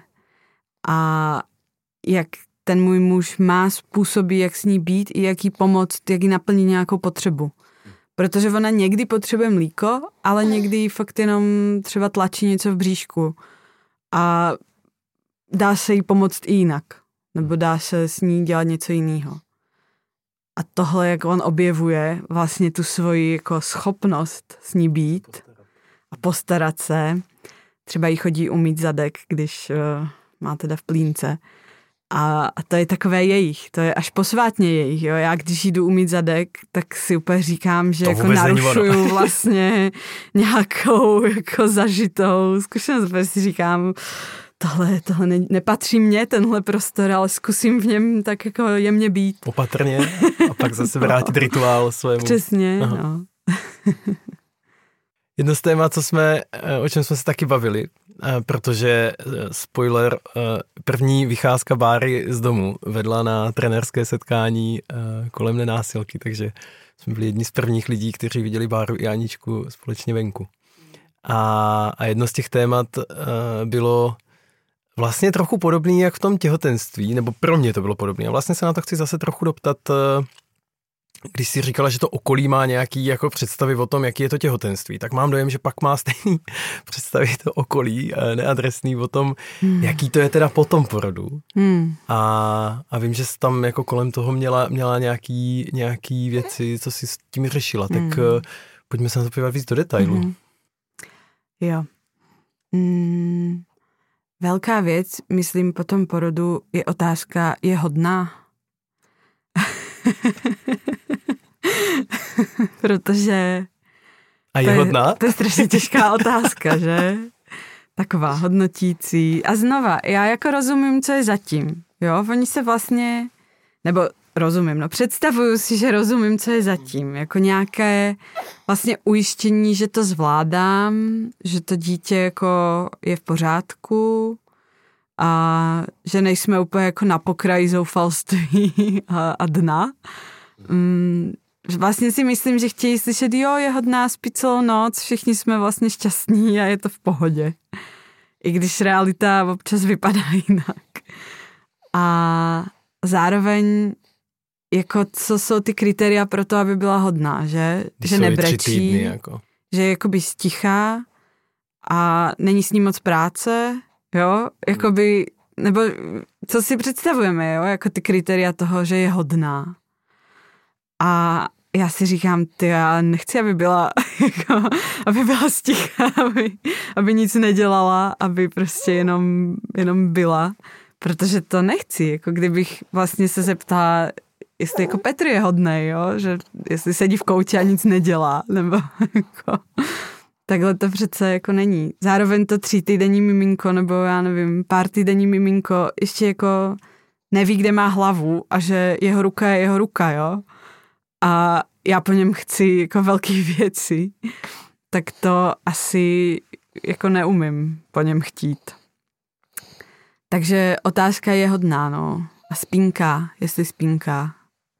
A jak ten můj muž má způsoby, jak s ní být i jak jí pomoct, jak jí naplnit nějakou potřebu. Protože ona někdy potřebuje mlíko, ale někdy jí fakt jenom třeba tlačí něco v bříšku. A dá se jí pomoct i jinak. Nebo dá se s ní dělat něco jiného. A tohle, jak on objevuje vlastně tu svoji jako schopnost s ní být a postarat se. Třeba jí chodí umýt zadek, když uh, má teda v plínce. A, a to je takové jejich, to je až posvátně jejich. Jo? Já když jdu umýt zadek, tak si úplně říkám, že to jako narušuju vlastně nějakou jako zažitou zkušenost. Protože si říkám, tohle, tohle ne, nepatří mně, tenhle prostor, ale zkusím v něm tak jako jemně být. Opatrně a pak zase vrátit rituál svému. Přesně, aha. No. Jedno z téma, co jsme, o čem jsme se taky bavili, protože spoiler, první vycházka Báry z domu vedla na trenérské setkání kolem nenásilky, takže jsme byli jedni z prvních lidí, kteří viděli Báru i Aničku společně venku. A, a jedno z těch témat bylo vlastně trochu podobný jak v tom těhotenství, nebo pro mě to bylo podobné. A vlastně se na to chci zase trochu doptat, když jsi říkala, že to okolí má nějaký jako představy o tom, jaký je to těhotenství, tak mám dojem, že pak má stejný představy to okolí, neadresný o tom, hmm. jaký to je teda po tom porodu. Hmm. A, a vím, že jsi tam jako kolem toho měla, měla nějaký, nějaký věci, co jsi s tím řešila. Hmm. Tak uh, pojďme se na to podívat víc do detailu. Hmm. Jo. Hmm. Velká věc, myslím, po tom porodu je otázka, je hodná? Protože a je to, hodná? Je, to je strašně těžká otázka, že? Taková hodnotící. A znova, já jako rozumím, co je zatím. Jo, oni se vlastně, nebo rozumím, no představuju si, že rozumím, co je zatím. Jako nějaké vlastně ujištění, že to zvládám, že to dítě jako je v pořádku a že nejsme úplně jako na pokraji zoufalství a, a dna. Mm, vlastně si myslím, že chtějí slyšet, jo, je hodná, spí celou noc, všichni jsme vlastně šťastní a je to v pohodě. I když realita občas vypadá jinak. A zároveň jako co jsou ty kritéria pro to, aby byla hodná, že? Když že nebrečí, týdny, jako. že je jakoby stichá a není s ní moc práce, jo? Jakoby, nebo co si představujeme, jo? Jako ty kritéria toho, že je hodná. A já si říkám, ty, já nechci, aby byla, jako, aby byla stichá, aby, aby nic nedělala, aby prostě jenom, jenom byla, protože to nechci, jako kdybych vlastně se zeptala, jestli jako Petr je hodnej, jo, že jestli sedí v koutě a nic nedělá, nebo jako, takhle to přece jako není. Zároveň to tří týdenní miminko, nebo já nevím, pár týdenní miminko, ještě jako neví, kde má hlavu a že jeho ruka je jeho ruka, jo. A já po něm chci jako velký věci, tak to asi jako neumím po něm chtít. Takže otázka je hodná, no. A spínka, jestli spínka.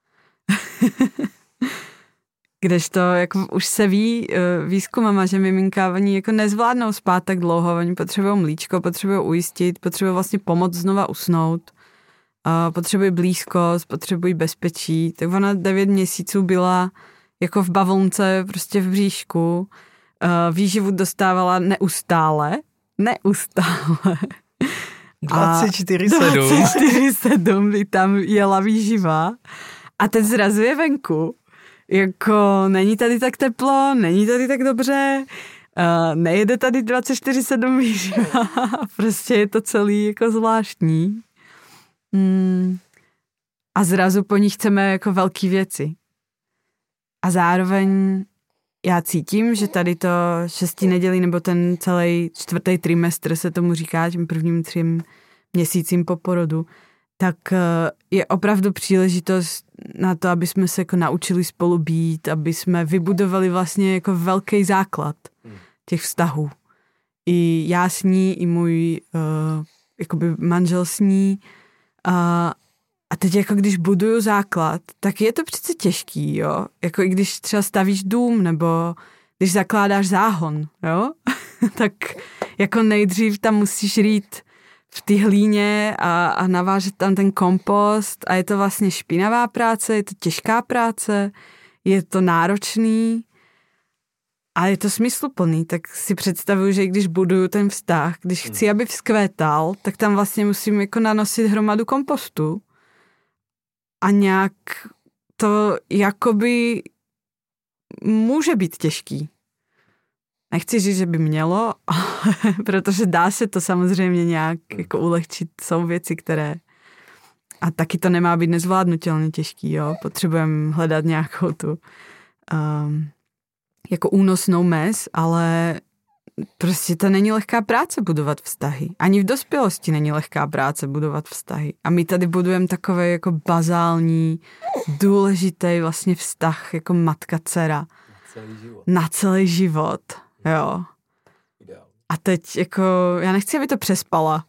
Kdežto jako už se ví výzkumama, že miminka, oni jako nezvládnou spát tak dlouho, oni potřebují mlíčko, potřebují ujistit, potřebují vlastně pomoct znova usnout. Uh, potřebují blízkost, potřebují bezpečí. Tak ona devět měsíců byla jako v bavlnce, prostě v bříšku. Uh, výživu dostávala neustále. Neustále. dvacet čtyři sedm. dvacet čtyři sedm tam jela výživa. A teď zrazuje venku. Jako není tady tak teplo, není tady tak dobře, uh, nejede tady dvacet čtyři sedm výživa. Prostě je to celý jako zvláštní. Hmm. A zrazu po ní chceme jako velký věci. A zároveň já cítím, že tady to šestý nedělí nebo ten celý čtvrtý trimestr se tomu říká, tím prvním třím měsícím po porodu, tak je opravdu příležitost na to, aby jsme se jako naučili spolu být, aby jsme vybudovali vlastně jako velký základ těch vztahů. I já s ní, i můj uh, jakoby manžel s ní. A, a teď jako když buduju základ, tak je to přece těžký, jo. Jako i když třeba stavíš dům, nebo když zakládáš záhon, jo. Tak jako nejdřív tam musíš rýt v té hlíně a, a navážet tam ten kompost a je to vlastně špinavá práce, je to těžká práce, je to náročný a je to smysluplný, tak si představuju, že když buduju ten vztah, když chci, aby vzkvétal, tak tam vlastně musím jako nanosit hromadu kompostu a nějak to jakoby může být těžký. Nechci říct, že by mělo, protože dá se to samozřejmě nějak jako ulehčit. Jsou věci, které... A taky to nemá být nezvládnutelně těžký, jo. Potřebujeme hledat nějakou tu um, jako únosnou mez, ale prostě to není lehká práce budovat vztahy. Ani v dospělosti není lehká práce budovat vztahy. A my tady budujeme takové jako bazální, důležitý vlastně vztah, jako matka-dcera. Na celý život. Na celý život. Jo. A teď jako, já nechci, aby to přespala.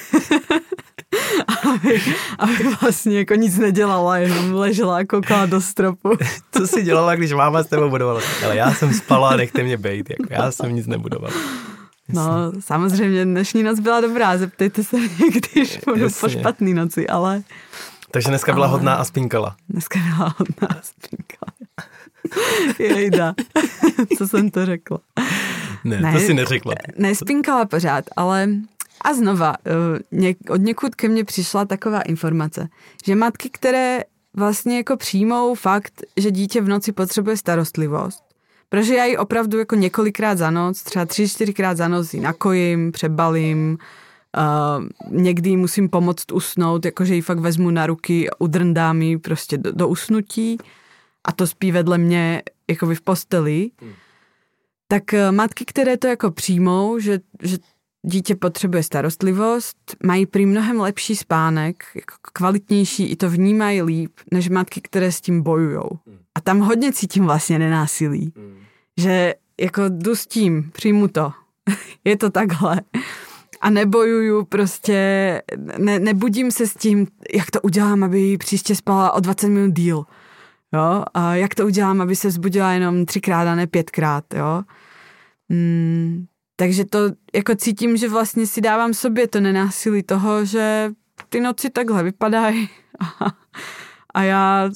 aby, aby vlastně jako nic nedělala, jenom ležela a koukala do stropu. Co jsi dělala, když máma s tebou budovala? Ale já jsem spala, nechte mě bejt, jako já jsem nic nebudovala. No, samozřejmě dnešní noc byla dobrá, zeptejte se mě, když budu po špatný noci, ale... Takže dneska byla ale... hodná a spinkala. Dneska byla hodná a spinkala. Jejda, co jsem to řekla. Ne, ne to si neřekla. Nespinkala pořád, ale a znova, od někud ke mně přišla taková informace, že matky, které vlastně jako přijmou fakt, že dítě v noci potřebuje starostlivost, protože já ji opravdu jako několikrát za noc, třeba tři, čtyřikrát za noc ji nakojím, přebalím, uh, někdy musím pomoct usnout, jakože ji fakt vezmu na ruky, udrndám ji prostě do, do usnutí a to spí vedle mě jakoby v posteli, hmm. tak matky, které to jako přijmou, že, že dítě potřebuje starostlivost, mají prý mnohem lepší spánek, jako kvalitnější, i to vnímají líp, než matky, které s tím bojujou. Hmm. A tam hodně cítím vlastně nenásilí. Hmm. Že jako jdu s tím, přijmu to. Je to takhle. A nebojuju prostě, ne, nebudím se s tím, jak to udělám, aby příště spala o dvacet minut díl. Jo? A jak to udělám, aby se vzbudila jenom třikrát a ne pětkrát, jo. Hmm, takže to jako cítím, že vlastně si dávám sobě to nenásilí toho, že ty noci takhle vypadají a, a já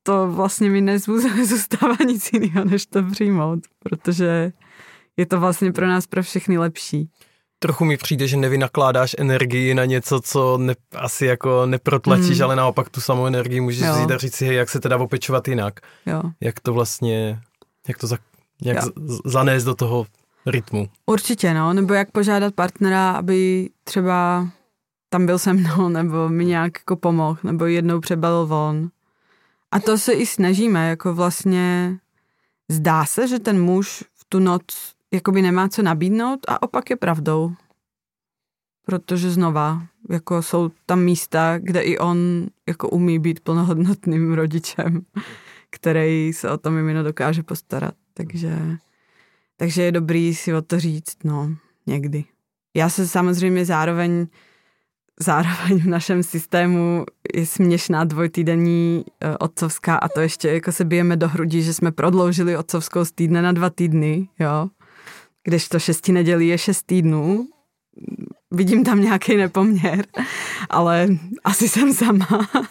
to vlastně mi nezůstává nic jiného, než to přijmout, protože je to vlastně pro nás pro všechny lepší. Trochu mi přijde, že nevynakládáš energii na něco, co ne, asi jako neprotlačíš, mm. ale naopak tu samou energii můžeš jo. vzít a říct si, jak se teda opečovat jinak. Jo. Jak to vlastně, jak to za, jak z, zanést do toho rytmu. Určitě, no, nebo jak požádat partnera, aby třeba tam byl se mnou, nebo mi nějak jako pomohl, nebo jednou přebalil von. A to se i snažíme, jako vlastně zdá se, že ten muž v tu noc jakoby nemá co nabídnout a opak je pravdou. Protože znova, jako jsou tam místa, kde i on jako umí být plnohodnotným rodičem, který se o to mimino dokáže postarat. Takže, takže je dobrý si o to říct, no, někdy. Já se samozřejmě zároveň Zároveň v našem systému je směšná dvojtýdenní e, otcovská a to ještě jako se bijeme do hrudí, že jsme prodloužili otcovskou z týdne na dva týdny, jo. Kdežto šesti nedělí je šest týdnů. Vidím tam nějaký nepoměr, ale asi jsem sama.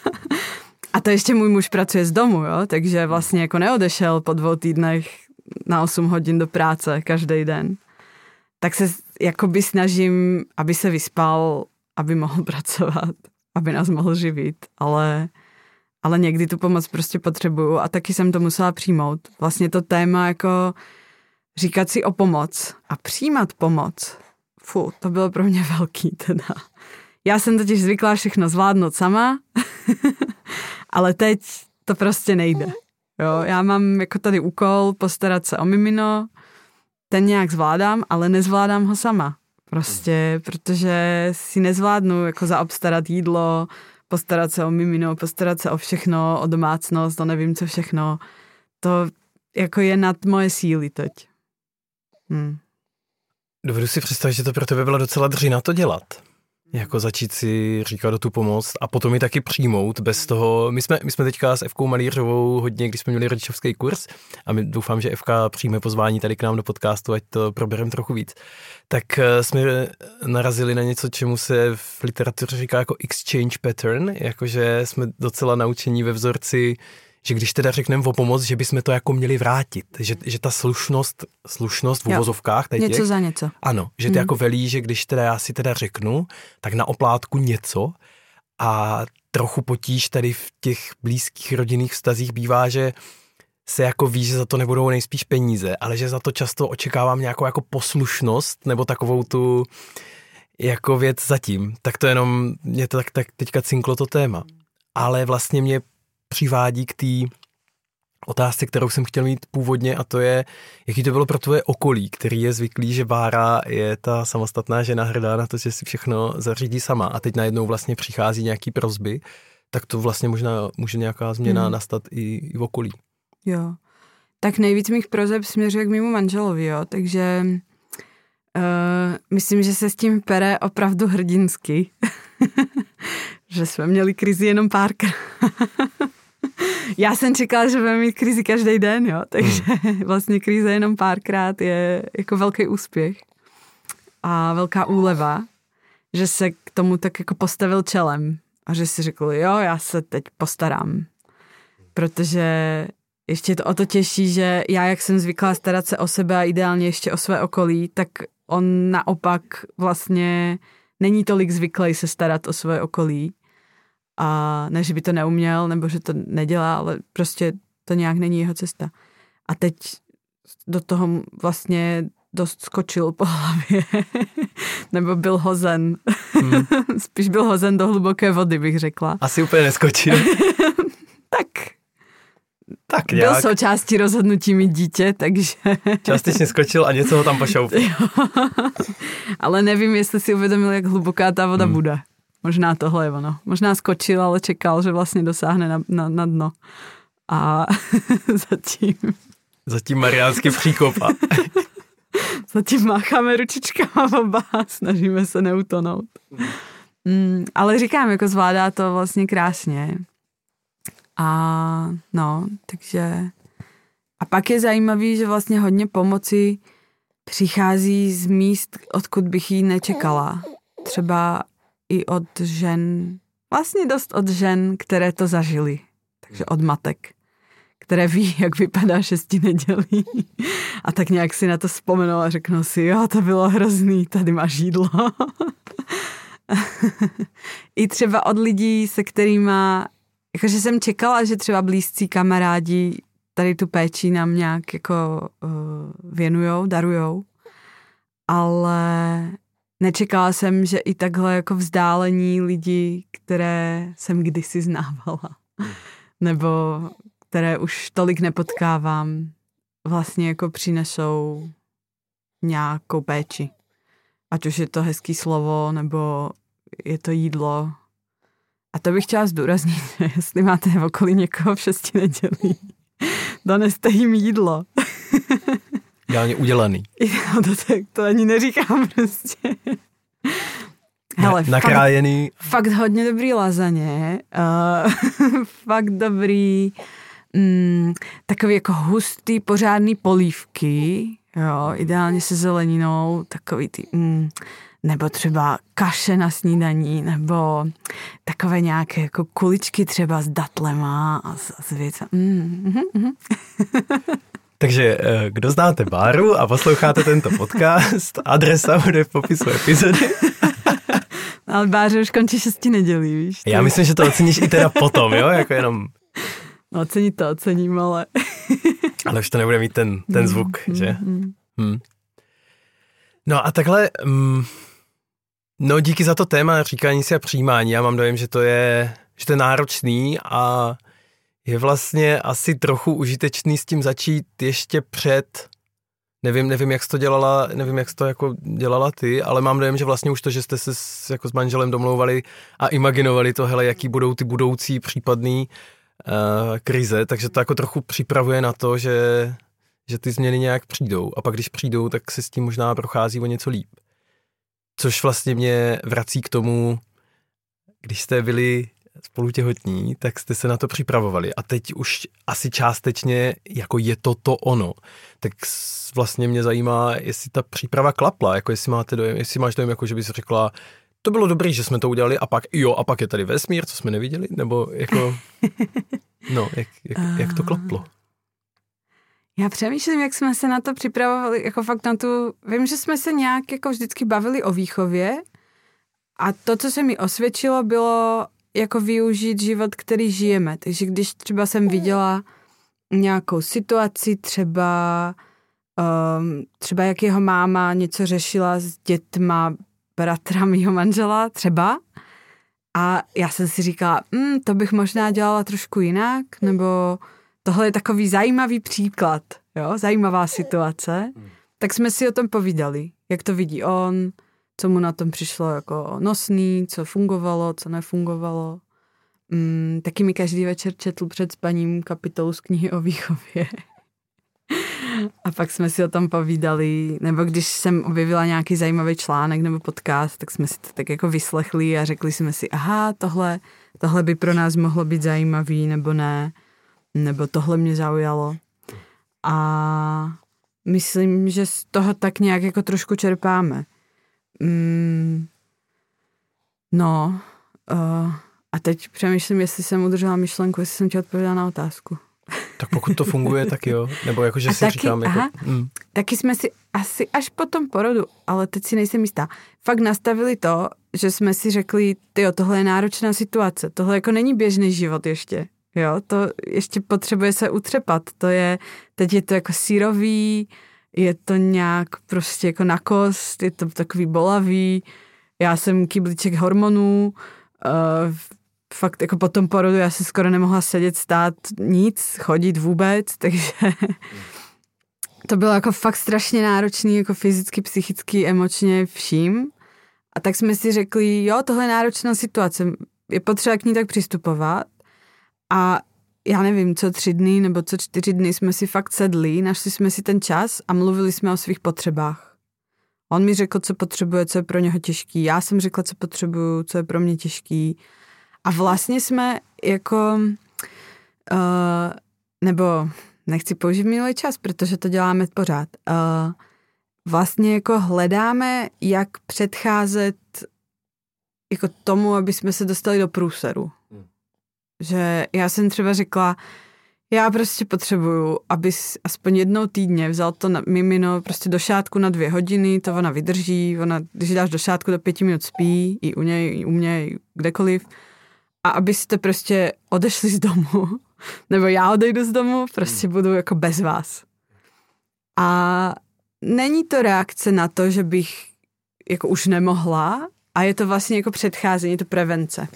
A to ještě můj muž pracuje z domu, jo, takže vlastně jako neodešel po dvou týdnech na osm hodin do práce každý den. Tak se jakoby snažím, aby se vyspal, aby mohl pracovat, aby nás mohl živit, ale, ale někdy tu pomoc prostě potřebuju a taky jsem to musela přijmout. Vlastně to téma jako říkat si o pomoc a přijímat pomoc, fu, to bylo pro mě velký teda. Já jsem totiž zvyklá všechno zvládnout sama, ale teď to prostě nejde. Jo, já mám jako tady úkol postarat se o mimino, ten nějak zvládám, ale nezvládám ho sama. Prostě, protože si nezvládnu jako zaobstarat jídlo, postarat se o mimino, postarat se o všechno, o domácnost, o nevím co všechno. To jako je nad moje síly teď. Hmm. Dovedu si představit, že to pro tebe byla docela dřina to dělat. Jako začít si říkat o tu pomoc a potom ji taky přijmout bez toho. My jsme, my jsme teďka s Evkou Malířovou hodně, když jsme měli rodičovský kurz a my doufám, že Evka přijme pozvání tady k nám do podcastu, ať to probereme trochu víc. Tak jsme narazili na něco, čemu se v literatuře říká jako exchange pattern, jakože jsme docela naučení ve vzorci, že když teda řekneme o pomoc, že bychom to jako měli vrátit, že, že ta slušnost, slušnost v uvozovkách. Něco těch, za něco. Ano, že ty hmm. jako velí, že když teda já si teda řeknu, tak na oplátku něco a trochu potíž tady v těch blízkých rodinných vztazích bývá, že se jako ví, že za to nebudou nejspíš peníze, ale že za to často očekávám nějakou jako poslušnost nebo takovou tu jako věc zatím. Tak to jenom, mě to tak, tak teďka cinklo to téma. Ale vlastně mě přivádí k té otázce, kterou jsem chtěl mít původně, a to je, jaký to bylo pro tvoje okolí, který je zvyklý, že Bára je ta samostatná žena hrdá na to, že si všechno zařídí sama a teď najednou vlastně přichází nějaký prosby, tak to vlastně možná může nějaká změna hmm. nastat i, i v okolí. Jo. Tak nejvíc mých prozeb směřuje k mému manželovi, jo, takže uh, myslím, že se s tím pere opravdu hrdinsky. Že jsme měli krizi jenom párkrát. Já jsem čekala, že budeme mít krizi každý den, jo, takže hmm. vlastně krize jenom párkrát je jako velký úspěch a velká úleva, že se k tomu tak jako postavil čelem a že si řekl, jo, já se teď postarám, protože ještě je to o to těžší, že já, jak jsem zvyklá starat se o sebe a ideálně ještě o své okolí, tak on naopak vlastně není tolik zvyklý se starat o své okolí. A ne, že by to neuměl, nebo že to nedělá, ale prostě to nějak není jeho cesta. A teď do toho vlastně dost skočil po hlavě. Nebo byl hozen. Hmm. Spíš byl hozen do hluboké vody, bych řekla. Asi úplně neskočil. tak. Tak nějak. Byl součástí rozhodnutí mít dítě, takže... Částečně skočil a něco ho tam pošoupil. Ale nevím, jestli si uvědomil, jak hluboká ta voda hmm. bude. Možná tohle je ono. Možná skočil, ale čekal, že vlastně dosáhne na, na, na dno. A zatím... Zatím mariánský příkop. A... zatím mácháme ručičkama oba a snažíme se neutonout. Mm, ale říkám, jako zvládá to vlastně krásně. A no, takže... A pak je zajímavý, že vlastně hodně pomoci přichází z míst, odkud bych ji nečekala. Třeba i od žen, vlastně dost od žen, které to zažily. Takže od matek. které ví, jak vypadá šesti nedělí. A tak nějak si na to vzpomenul a řeknu si, jo, to bylo hrozný, tady máš jídlo. I třeba od lidí, se kterýma, jakože jsem čekala, že třeba blízcí kamarádi tady tu péči nám nějak jako uh, věnujou, darujou. Ale nečekala jsem, že i takhle jako vzdálení lidi, které jsem kdysi znávala. Nebo které už tolik nepotkávám, vlastně jako přinesou nějakou péči. Ať už je to hezký slovo, nebo je to jídlo. A to bych chtěla zdůraznit, že jestli máte v okolí někoho v šesti nedělí, doneste jim jídlo. Ideálně udělaný. No to, tak, to ani neříkám prostě. Hele, Na, nakrájený. Fakt, fakt hodně dobrý lazaně. Uh, fakt dobrý mm, takový jako hustý, pořádný polívky. Jo, ideálně se zeleninou. Takový ty... Mm, nebo třeba kaše na snídaní, nebo takové nějaké jako kuličky třeba s datlema a s, s věcem. Mm, mm, mm. Takže kdo znáte Báru a posloucháte tento podcast, adresa bude v popisu epizody. Ale Báře už končí šesti nedělí, víš? Já myslím, že to oceníš i teda potom, jo? Jako jenom... No ocení to, ocením, ale... Ale už to nebude mít ten, ten zvuk, mm, že? Mm. Hmm. No a takhle... Mm, no díky za to téma říkání si a přijímání. Já mám dojem, že to je, že to je náročný a je vlastně asi trochu užitečný s tím začít ještě před, nevím, nevím, jak jsi to dělala, nevím, jak jsi to jako dělala ty, ale mám dojem, že vlastně už to, že jste se s, jako s manželem domlouvali a imaginovali to, hele, jaký budou ty budoucí případný uh, krize, takže to jako trochu připravuje na to, že, že ty změny nějak přijdou a pak když přijdou, tak se s tím možná prochází o něco líp. Což vlastně mě vrací k tomu, když jste byli spolu těhotní, tak jste se na to připravovali a teď už asi částečně jako je to to ono. Tak vlastně mě zajímá, jestli ta příprava klapla, jako jestli máte dojem, jestli máš dojem, jako že bys řekla, to bylo dobrý, že jsme to udělali a pak jo, a pak je tady vesmír, co jsme neviděli, nebo jako, no, jak, jak, jak to klaplo? Já přemýšlím, jak jsme se na to připravovali, jako fakt na tu, vím, že jsme se nějak jako vždycky bavili o výchově a to, co se mi osvědčilo, bylo jako využít život, který žijeme. Takže když třeba jsem viděla nějakou situaci, třeba um, třeba jak jeho máma něco řešila s dětma bratra mýho manžela, třeba, a já jsem si říkala, mm, to bych možná dělala trošku jinak, nebo tohle je takový zajímavý příklad, jo, zajímavá situace, tak jsme si o tom povídali, jak to vidí on, co mu na tom přišlo jako nosný, co fungovalo, co nefungovalo. Mm, taky mi každý večer četl před spaním kapitolu z knihy o výchově. A pak jsme si o tom povídali, nebo když jsem objevila nějaký zajímavý článek nebo podcast, tak jsme si to tak jako vyslechli a řekli jsme si, aha, tohle, tohle by pro nás mohlo být zajímavý, nebo ne, nebo tohle mě zaujalo. A myslím, že z toho tak nějak jako trošku čerpáme. Mm, no, uh, a teď přemýšlím, jestli jsem udržela myšlenku, jestli jsem ti odpověděla na otázku. Tak pokud to funguje, tak jo. Nebo jakože si taky, říkám, jako... Aha, mm. Taky jsme si asi až po tom porodu, ale teď si nejsem jistá, fakt nastavili to, že jsme si řekli, tyjo, tohle je náročná situace, tohle jako není běžný život ještě. Jo, to ještě potřebuje se utřepat. To je, teď je to jako sírový, je to nějak prostě jako na kost, je to takový bolavý. Já jsem kyblíček hormonů, uh, fakt jako po tom porodu já se skoro nemohla sedět, stát, nic, chodit vůbec, takže to bylo jako fakt strašně náročný, jako fyzicky, psychicky, emočně, vším. A tak jsme si řekli, jo, tohle je náročná situace, je potřeba k ní tak přistupovat. A já nevím, co tři dny nebo co čtyři dny jsme si fakt sedli, našli jsme si ten čas a mluvili jsme o svých potřebách. On mi řekl, co potřebuje, co je pro něho těžký. Já jsem řekla, co potřebuju, co je pro mě těžký. A vlastně jsme jako, uh, nebo nechci použít minulý čas, protože to děláme pořád. Uh, vlastně jako hledáme, jak předcházet jako tomu, aby jsme se dostali do průseru. Že já jsem třeba řekla, Já prostě potřebuju, aby aspoň jednou týdně vzal to na, mimino prostě do šátku na dvě hodiny, to ona vydrží, ona, když dáš do šátku, do pěti minut spí, i u něj, i u mě, i kdekoliv. A abyste prostě odešli z domu, nebo já odejdu z domu, prostě budu jako bez vás. A není to reakce na to, že bych jako už nemohla, a je to vlastně jako předcházení, je to prevence.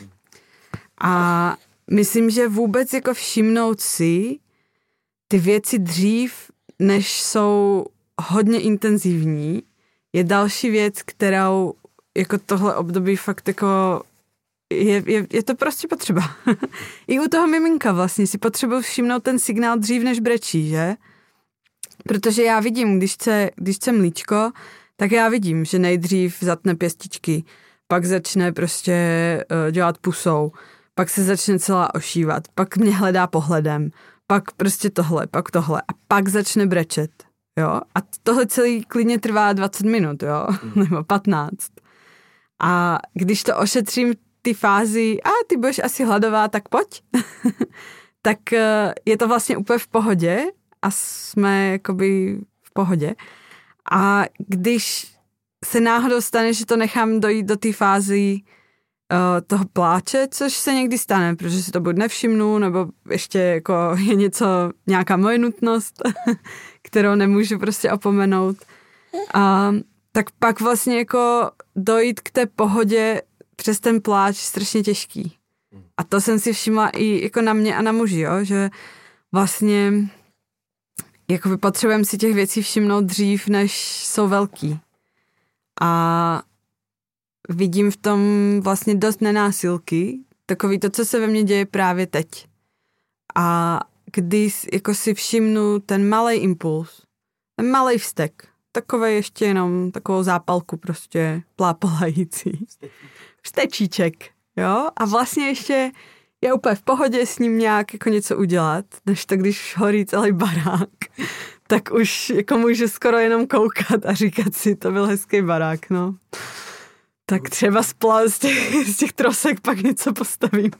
A myslím, že vůbec jako všimnout si ty věci dřív, než jsou hodně intenzivní, je další věc, kterou jako tohle období fakt jako je, je, je to prostě potřeba. I u toho miminka vlastně si potřebuji všimnout ten signál dřív, než brečí, že? Protože já vidím, když chce, když chce mlíčko, tak já vidím, že nejdřív zatne pěstičky, pak začne prostě uh, dělat pusou, pak se začne celá ošívat, pak mě hledá pohledem, pak prostě tohle, pak tohle a pak začne brečet, jo? A tohle celý klidně trvá dvacet minut, jo? Mm. Nebo patnáct. A když to ošetřím ty fázi, a ty budeš asi hladová, tak pojď, tak uh, je to vlastně úplně v pohodě a jsme jakoby v pohodě. A když se náhodou stane, že to nechám dojít do té fázy uh, toho pláče, což se někdy stane, protože si to buď nevšimnu, nebo ještě jako je něco, nějaká moje nutnost, kterou nemůžu prostě opomenout. A tak pak vlastně jako dojít k té pohodě přes ten pláč strašně těžký. A to jsem si všimla i jako na mě a na muži, jo, že vlastně jako potřebujeme si těch věcí všimnout dřív, než jsou velký. A vidím v tom vlastně dost nenásilky, takový to, co se ve mně děje právě teď. A když jako si všimnu ten malej impuls, ten malej vztek, takovej ještě jenom takovou zápalku prostě plápolající. Vstečíček, jo? A vlastně ještě je úplně v pohodě s ním nějak jako něco udělat, než to, když hoří celý barák, tak už jako můžu skoro jenom koukat a říkat si, to byl hezký barák, no. Tak třeba spla z těch, z těch trosek pak něco postavíme.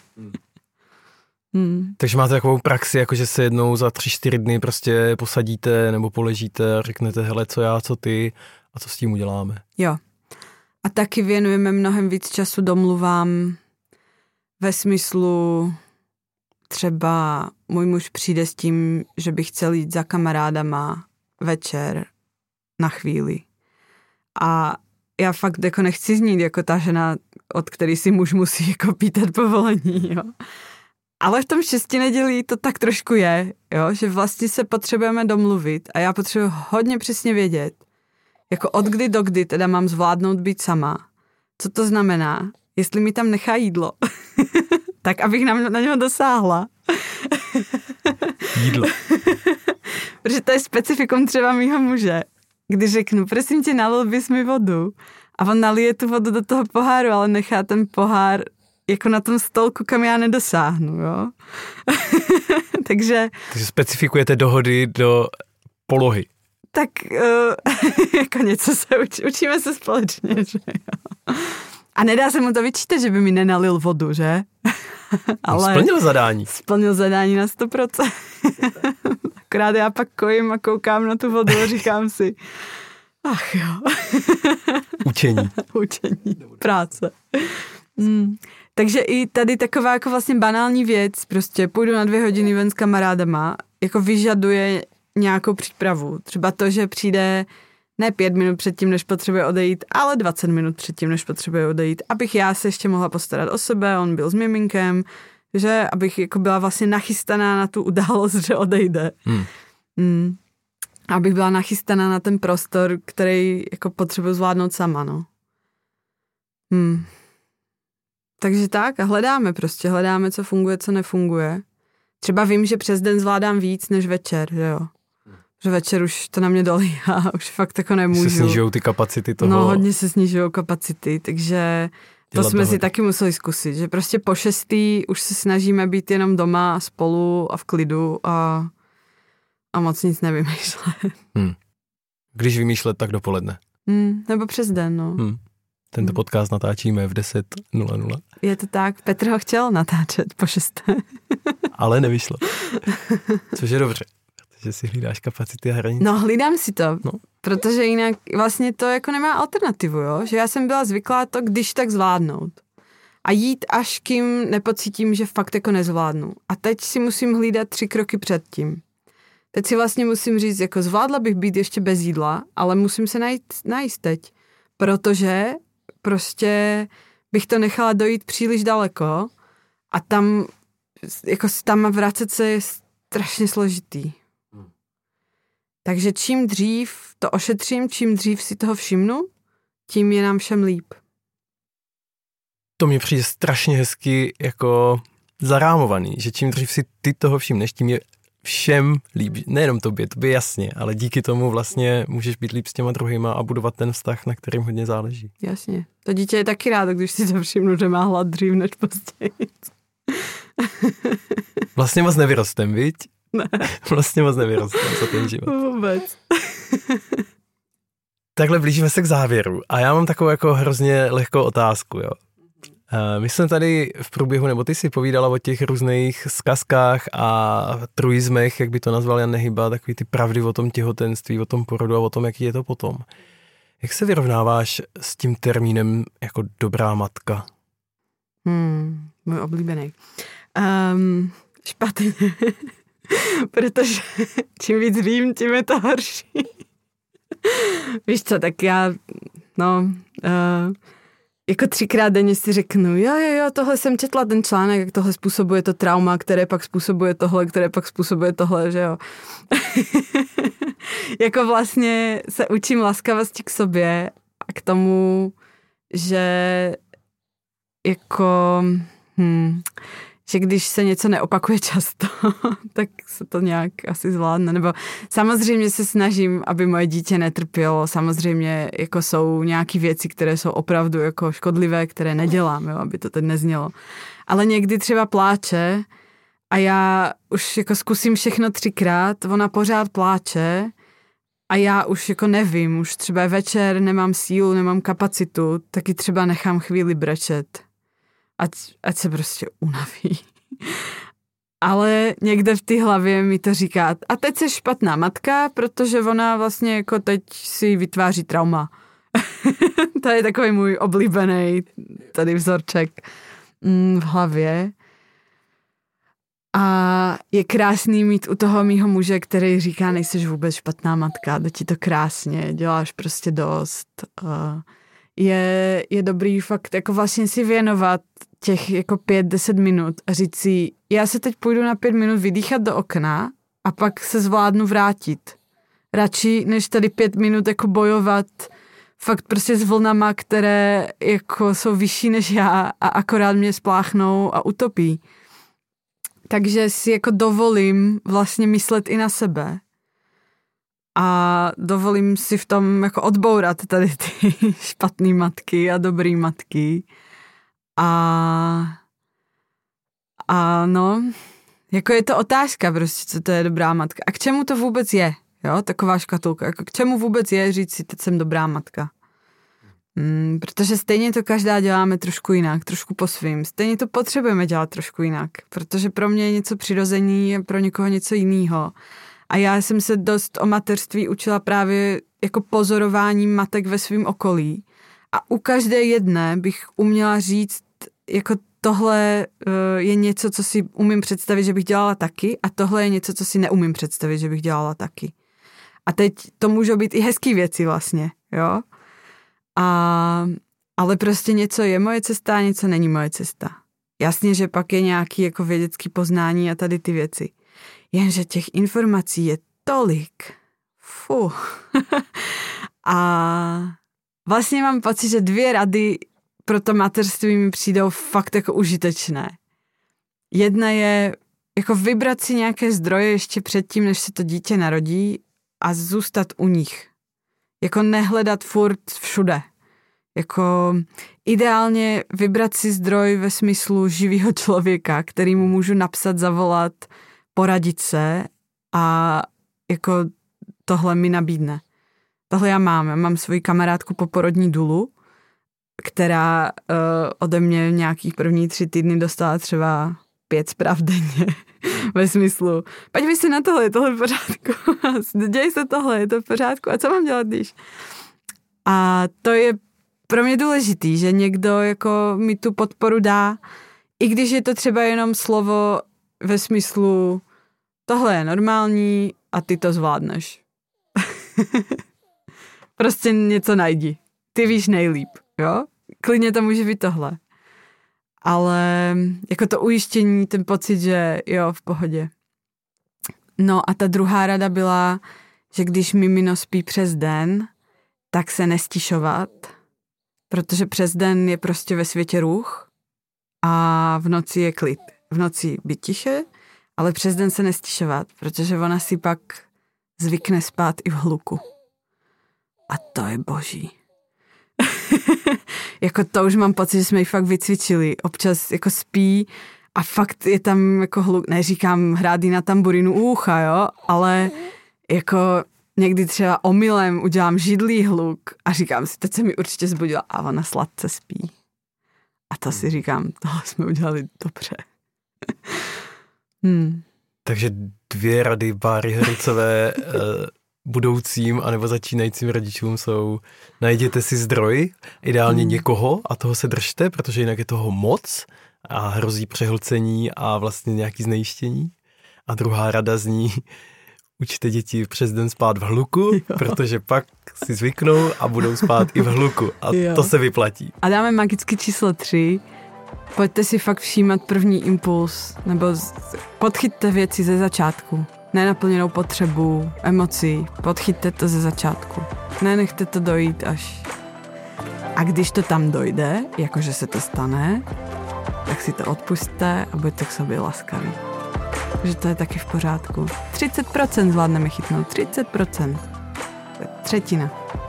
Hmm. Takže máte takovou praxi, jako že se jednou za tři, čtyři dny prostě posadíte nebo poležíte a řeknete, hele, co já, co ty a co s tím uděláme. Jo. A taky věnujeme mnohem víc času domluvám ve smyslu třeba můj muž přijde s tím, že by chtěl jít za kamarádama večer na chvíli. A já fakt jako nechci znít jako ta žena, od který si muž musí jako pýtat povolení, jo. Ale v tom šesti nedělí to tak trošku je, jo, že vlastně se potřebujeme domluvit a já potřebuji hodně přesně vědět, jako od kdy do kdy teda mám zvládnout být sama. Co to znamená? Jestli mi tam nechá jídlo, tak abych na, na něho dosáhla. Jídlo. Protože to je specifikum třeba mýho muže. Když řeknu, prosím tě, nalil bys mi vodu a on nalije tu vodu do toho poháru, ale nechá ten pohár jako na tom stolku, kam já nedosáhnu, jo. Takže... Takže specifikujete dohody do polohy. Tak uh, jako něco se uč, učíme se společně, že jo. A nedá se mu to vyčítat, že by mi nenalil vodu, že? Ale splnil zadání. Splnil zadání na sto procent. Akorát já pak kojím a koukám na tu vodu a říkám si, ach jo. Učení. Učení, práce. Hmm. Takže i tady taková jako vlastně banální věc, prostě půjdu na dvě hodiny ven s kamarádama, jako vyžaduje nějakou přípravu. Třeba to, že přijde ne pět minut předtím, než potřebuje odejít, ale dvacet minut předtím, než potřebuje odejít, abych já se ještě mohla postarat o sebe, on byl s miminkem, že abych jako byla vlastně nachystaná na tu událost, že odejde. Hmm. Hmm. Abych byla nachystaná na ten prostor, který jako potřebuji zvládnout sama, no. Hmm. Takže tak a hledáme prostě, hledáme, co funguje, co nefunguje. Třeba vím, že přes den zvládám víc než večer, že jo. Že večer už to na mě dolíhá, už fakt jako nemůžu. Se snižují ty kapacity toho. No, hodně se snižují kapacity, takže to jsme dohody. Si taky museli zkusit, že prostě po šestý už se snažíme být jenom doma spolu a v klidu a, a moc nic nevymýšlet. Hmm. Když vymýšlet, tak dopoledne. Hmm, nebo přes den, no. Hmm. Tento hmm. podcast natáčíme v deset nula nula. Je to tak, Petr ho chtěl natáčet po šesté. ale nevyšlo. Což je dobře, protože si hlídáš kapacity a hranice. No, hlídám si to, no. Protože jinak vlastně to jako nemá alternativu, jo? Že já jsem byla zvyklá to, když tak zvládnout. A jít až kým nepocítím, že fakt jako nezvládnu. A teď si musím hlídat tři kroky před tím. Teď si vlastně musím říct, jako zvládla bych být ještě bez jídla, ale musím se najít, najíst teď. Protože prostě bych to nechala dojít příliš daleko a tam, jako tam vracet se je strašně složitý. Hmm. Takže čím dřív to ošetřím, čím dřív si toho všimnu, tím je nám všem líp. To mi přijde strašně hezky jako zarámovaný, že čím dřív si ty toho všimneš, tím je všem líp. Nejenom tobě, tobě jasně, ale díky tomu vlastně můžeš být líp s těma druhýma a budovat ten vztah, na kterým hodně záleží. Jasně. To dítě je taky rádo, když si to všimnu, že má hlad dřív než později. Vlastně moc nevyrostem, viď? Ne. Vlastně moc nevyrostem za ten život. Vůbec. Takhle blížíme se k závěru a já mám takovou jako hrozně lehkou otázku, jo. My jsme tady v průběhu, nebo ty si povídala o těch různých zkazkách a truizmech, jak by to nazval Jan Nehyba, takový ty pravdy o tom těhotenství, o tom porodu a o tom, jaký je to potom. Jak se vyrovnáváš s tím termínem jako dobrá matka? Hmm, můj oblíbený. Um, špatně. Protože čím víc vím, tím je to horší. Víš co, tak já, no... Uh, jako třikrát denně si řeknu, jo, jo, jo, tohle jsem četla ten článek, jak tohle způsobuje to trauma, které pak způsobuje tohle, které pak způsobuje tohle, že jo. Jako vlastně se učím laskavosti k sobě a k tomu, že jako, hm, že když se něco neopakuje často, tak se to nějak asi zvládne. Nebo samozřejmě se snažím, aby moje dítě netrpělo. Samozřejmě jako jsou nějaké věci, které jsou opravdu jako škodlivé, které nedělám, jo, aby to teď neznělo. Ale někdy třeba pláče a já už jako zkusím všechno třikrát, ona pořád pláče a já už jako nevím, už třeba večer nemám sílu, nemám kapacitu, taky třeba nechám chvíli brečet. Ať, ať se prostě unaví. Ale někde v té hlavě mi to říká, a teď jsi špatná matka, protože ona vlastně jako teď si vytváří trauma. To je takový můj oblíbený tady vzorček v hlavě. A je krásný mít u toho mýho muže, který říká, nejseš vůbec špatná matka, jde ti to krásně, děláš prostě dost. Je, je dobrý fakt jako vlastně si věnovat těch jako pět, deset minut a říct si, já se teď půjdu na pět minut vydýchat do okna a pak se zvládnu vrátit. Radši, než tady pět minut jako bojovat fakt prostě s vlnama, které jako jsou vyšší než já a akorát mě spláchnou a utopí. Takže si jako dovolím vlastně myslet i na sebe. A dovolím si v tom jako odbourat tady ty špatný matky a dobrý matky. A, a no, jako je to otázka prostě, co to je dobrá matka. A k čemu to vůbec je, jo, taková škatulka. Jako k čemu vůbec je říct si, teď jsem dobrá matka. Hmm, protože stejně to každá děláme trošku jinak, trošku po svým. Stejně to potřebujeme dělat trošku jinak, protože pro mě je něco přirozený a pro někoho něco jiného. A já jsem se dost o mateřství učila právě jako pozorováním matek ve svém okolí. A u každé jedné bych uměla říct, jako tohle je něco, co si umím představit, že bych dělala taky a tohle je něco, co si neumím představit, že bych dělala taky. A teď to můžou být i hezký věci vlastně, jo. A, ale prostě něco je moje cesta a něco není moje cesta. Jasně, že pak je nějaký jako vědecký poznání a tady ty věci. Jenže těch informací je tolik. Fu. A vlastně mám pocit, že dvě rady pro to mateřství mi přijdou fakt jako užitečné. Jedna je jako vybrat si nějaké zdroje ještě předtím, než se to dítě narodí a zůstat u nich. Jako nehledat furt všude. Jako ideálně vybrat si zdroj ve smyslu živého člověka, kterýmu můžu napsat, zavolat, poradit se a jako tohle mi nabídne. Tohle já mám. Já mám svoji kamarádku poporodní dulu, která uh, ode mě nějakých první tři týdny dostala třeba pět zpráv denně. Ve smyslu, podívej se na tohle, je tohle v pořádku. Děj se tohle, je to v pořádku. A co mám dělat, když? A to je pro mě důležitý, že někdo jako mi tu podporu dá, i když je to třeba jenom slovo ve smyslu tohle je normální a ty to zvládneš. Prostě něco najdi. Ty víš nejlíp, jo? Klidně to může být tohle. Ale jako to ujištění, ten pocit, že jo, v pohodě. No a ta druhá rada byla, že když mimino spí přes den, tak se nestišovat, protože přes den je prostě ve světě ruch a v noci je klid. V noci být tiše, ale přes den se nestišovat, protože ona si pak zvykne spát i v hluku. A to je boží. Jako to už mám pocit, že jsme ji fakt vycvičili. Občas jako spí a fakt je tam jako hluk. Neříkám hrát jí na tamburinu u ucha, jo, ale jako někdy třeba omylem udělám židlý hluk a říkám si, teď se mi určitě zbudila a ona sladce spí. A to si říkám, tohle jsme udělali dobře. hmm. Takže dvě rady Báry Hricové budoucím anebo začínajícím rodičům jsou: najděte si zdroj, ideálně hmm. někoho a toho se držte, protože jinak je toho moc a hrozí přehlcení a vlastně nějaký znejištění. A druhá rada zní: učte děti přes den spát v hluku, jo. protože pak si zvyknou a budou spát i v hluku. A jo. to se vyplatí. A dáme magické číslo tři. Pojďte si fakt všímat první impuls, nebo podchyťte věci ze začátku. Nenaplněnou potřebu, emoci, podchyťte to ze začátku. Nenechte to dojít až. A když to tam dojde, jakože se to stane, tak si to odpusťte a buďte k sobě laskaví. Že to je taky v pořádku. třicet procent zvládneme chytnout, třicet procent. Třetina.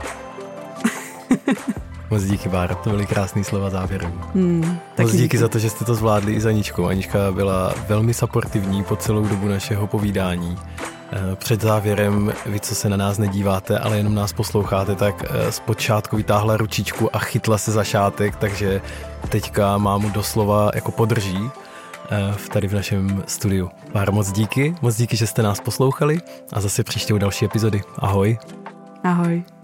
Moc díky, Bára, to byly krásný slova závěrem. Hmm, Moc díky, díky za to, že jste to zvládli i s Aničkou. Anička byla velmi supportivní po celou dobu našeho povídání. Před závěrem, vy, co se na nás nedíváte, ale jenom nás posloucháte, tak zpočátku vytáhla ručičku a chytla se za šátek, takže teďka mámu doslova jako podrží tady v našem studiu. Báro, moc díky, moc díky, že jste nás poslouchali a zase příště u další epizody. Ahoj. Ahoj.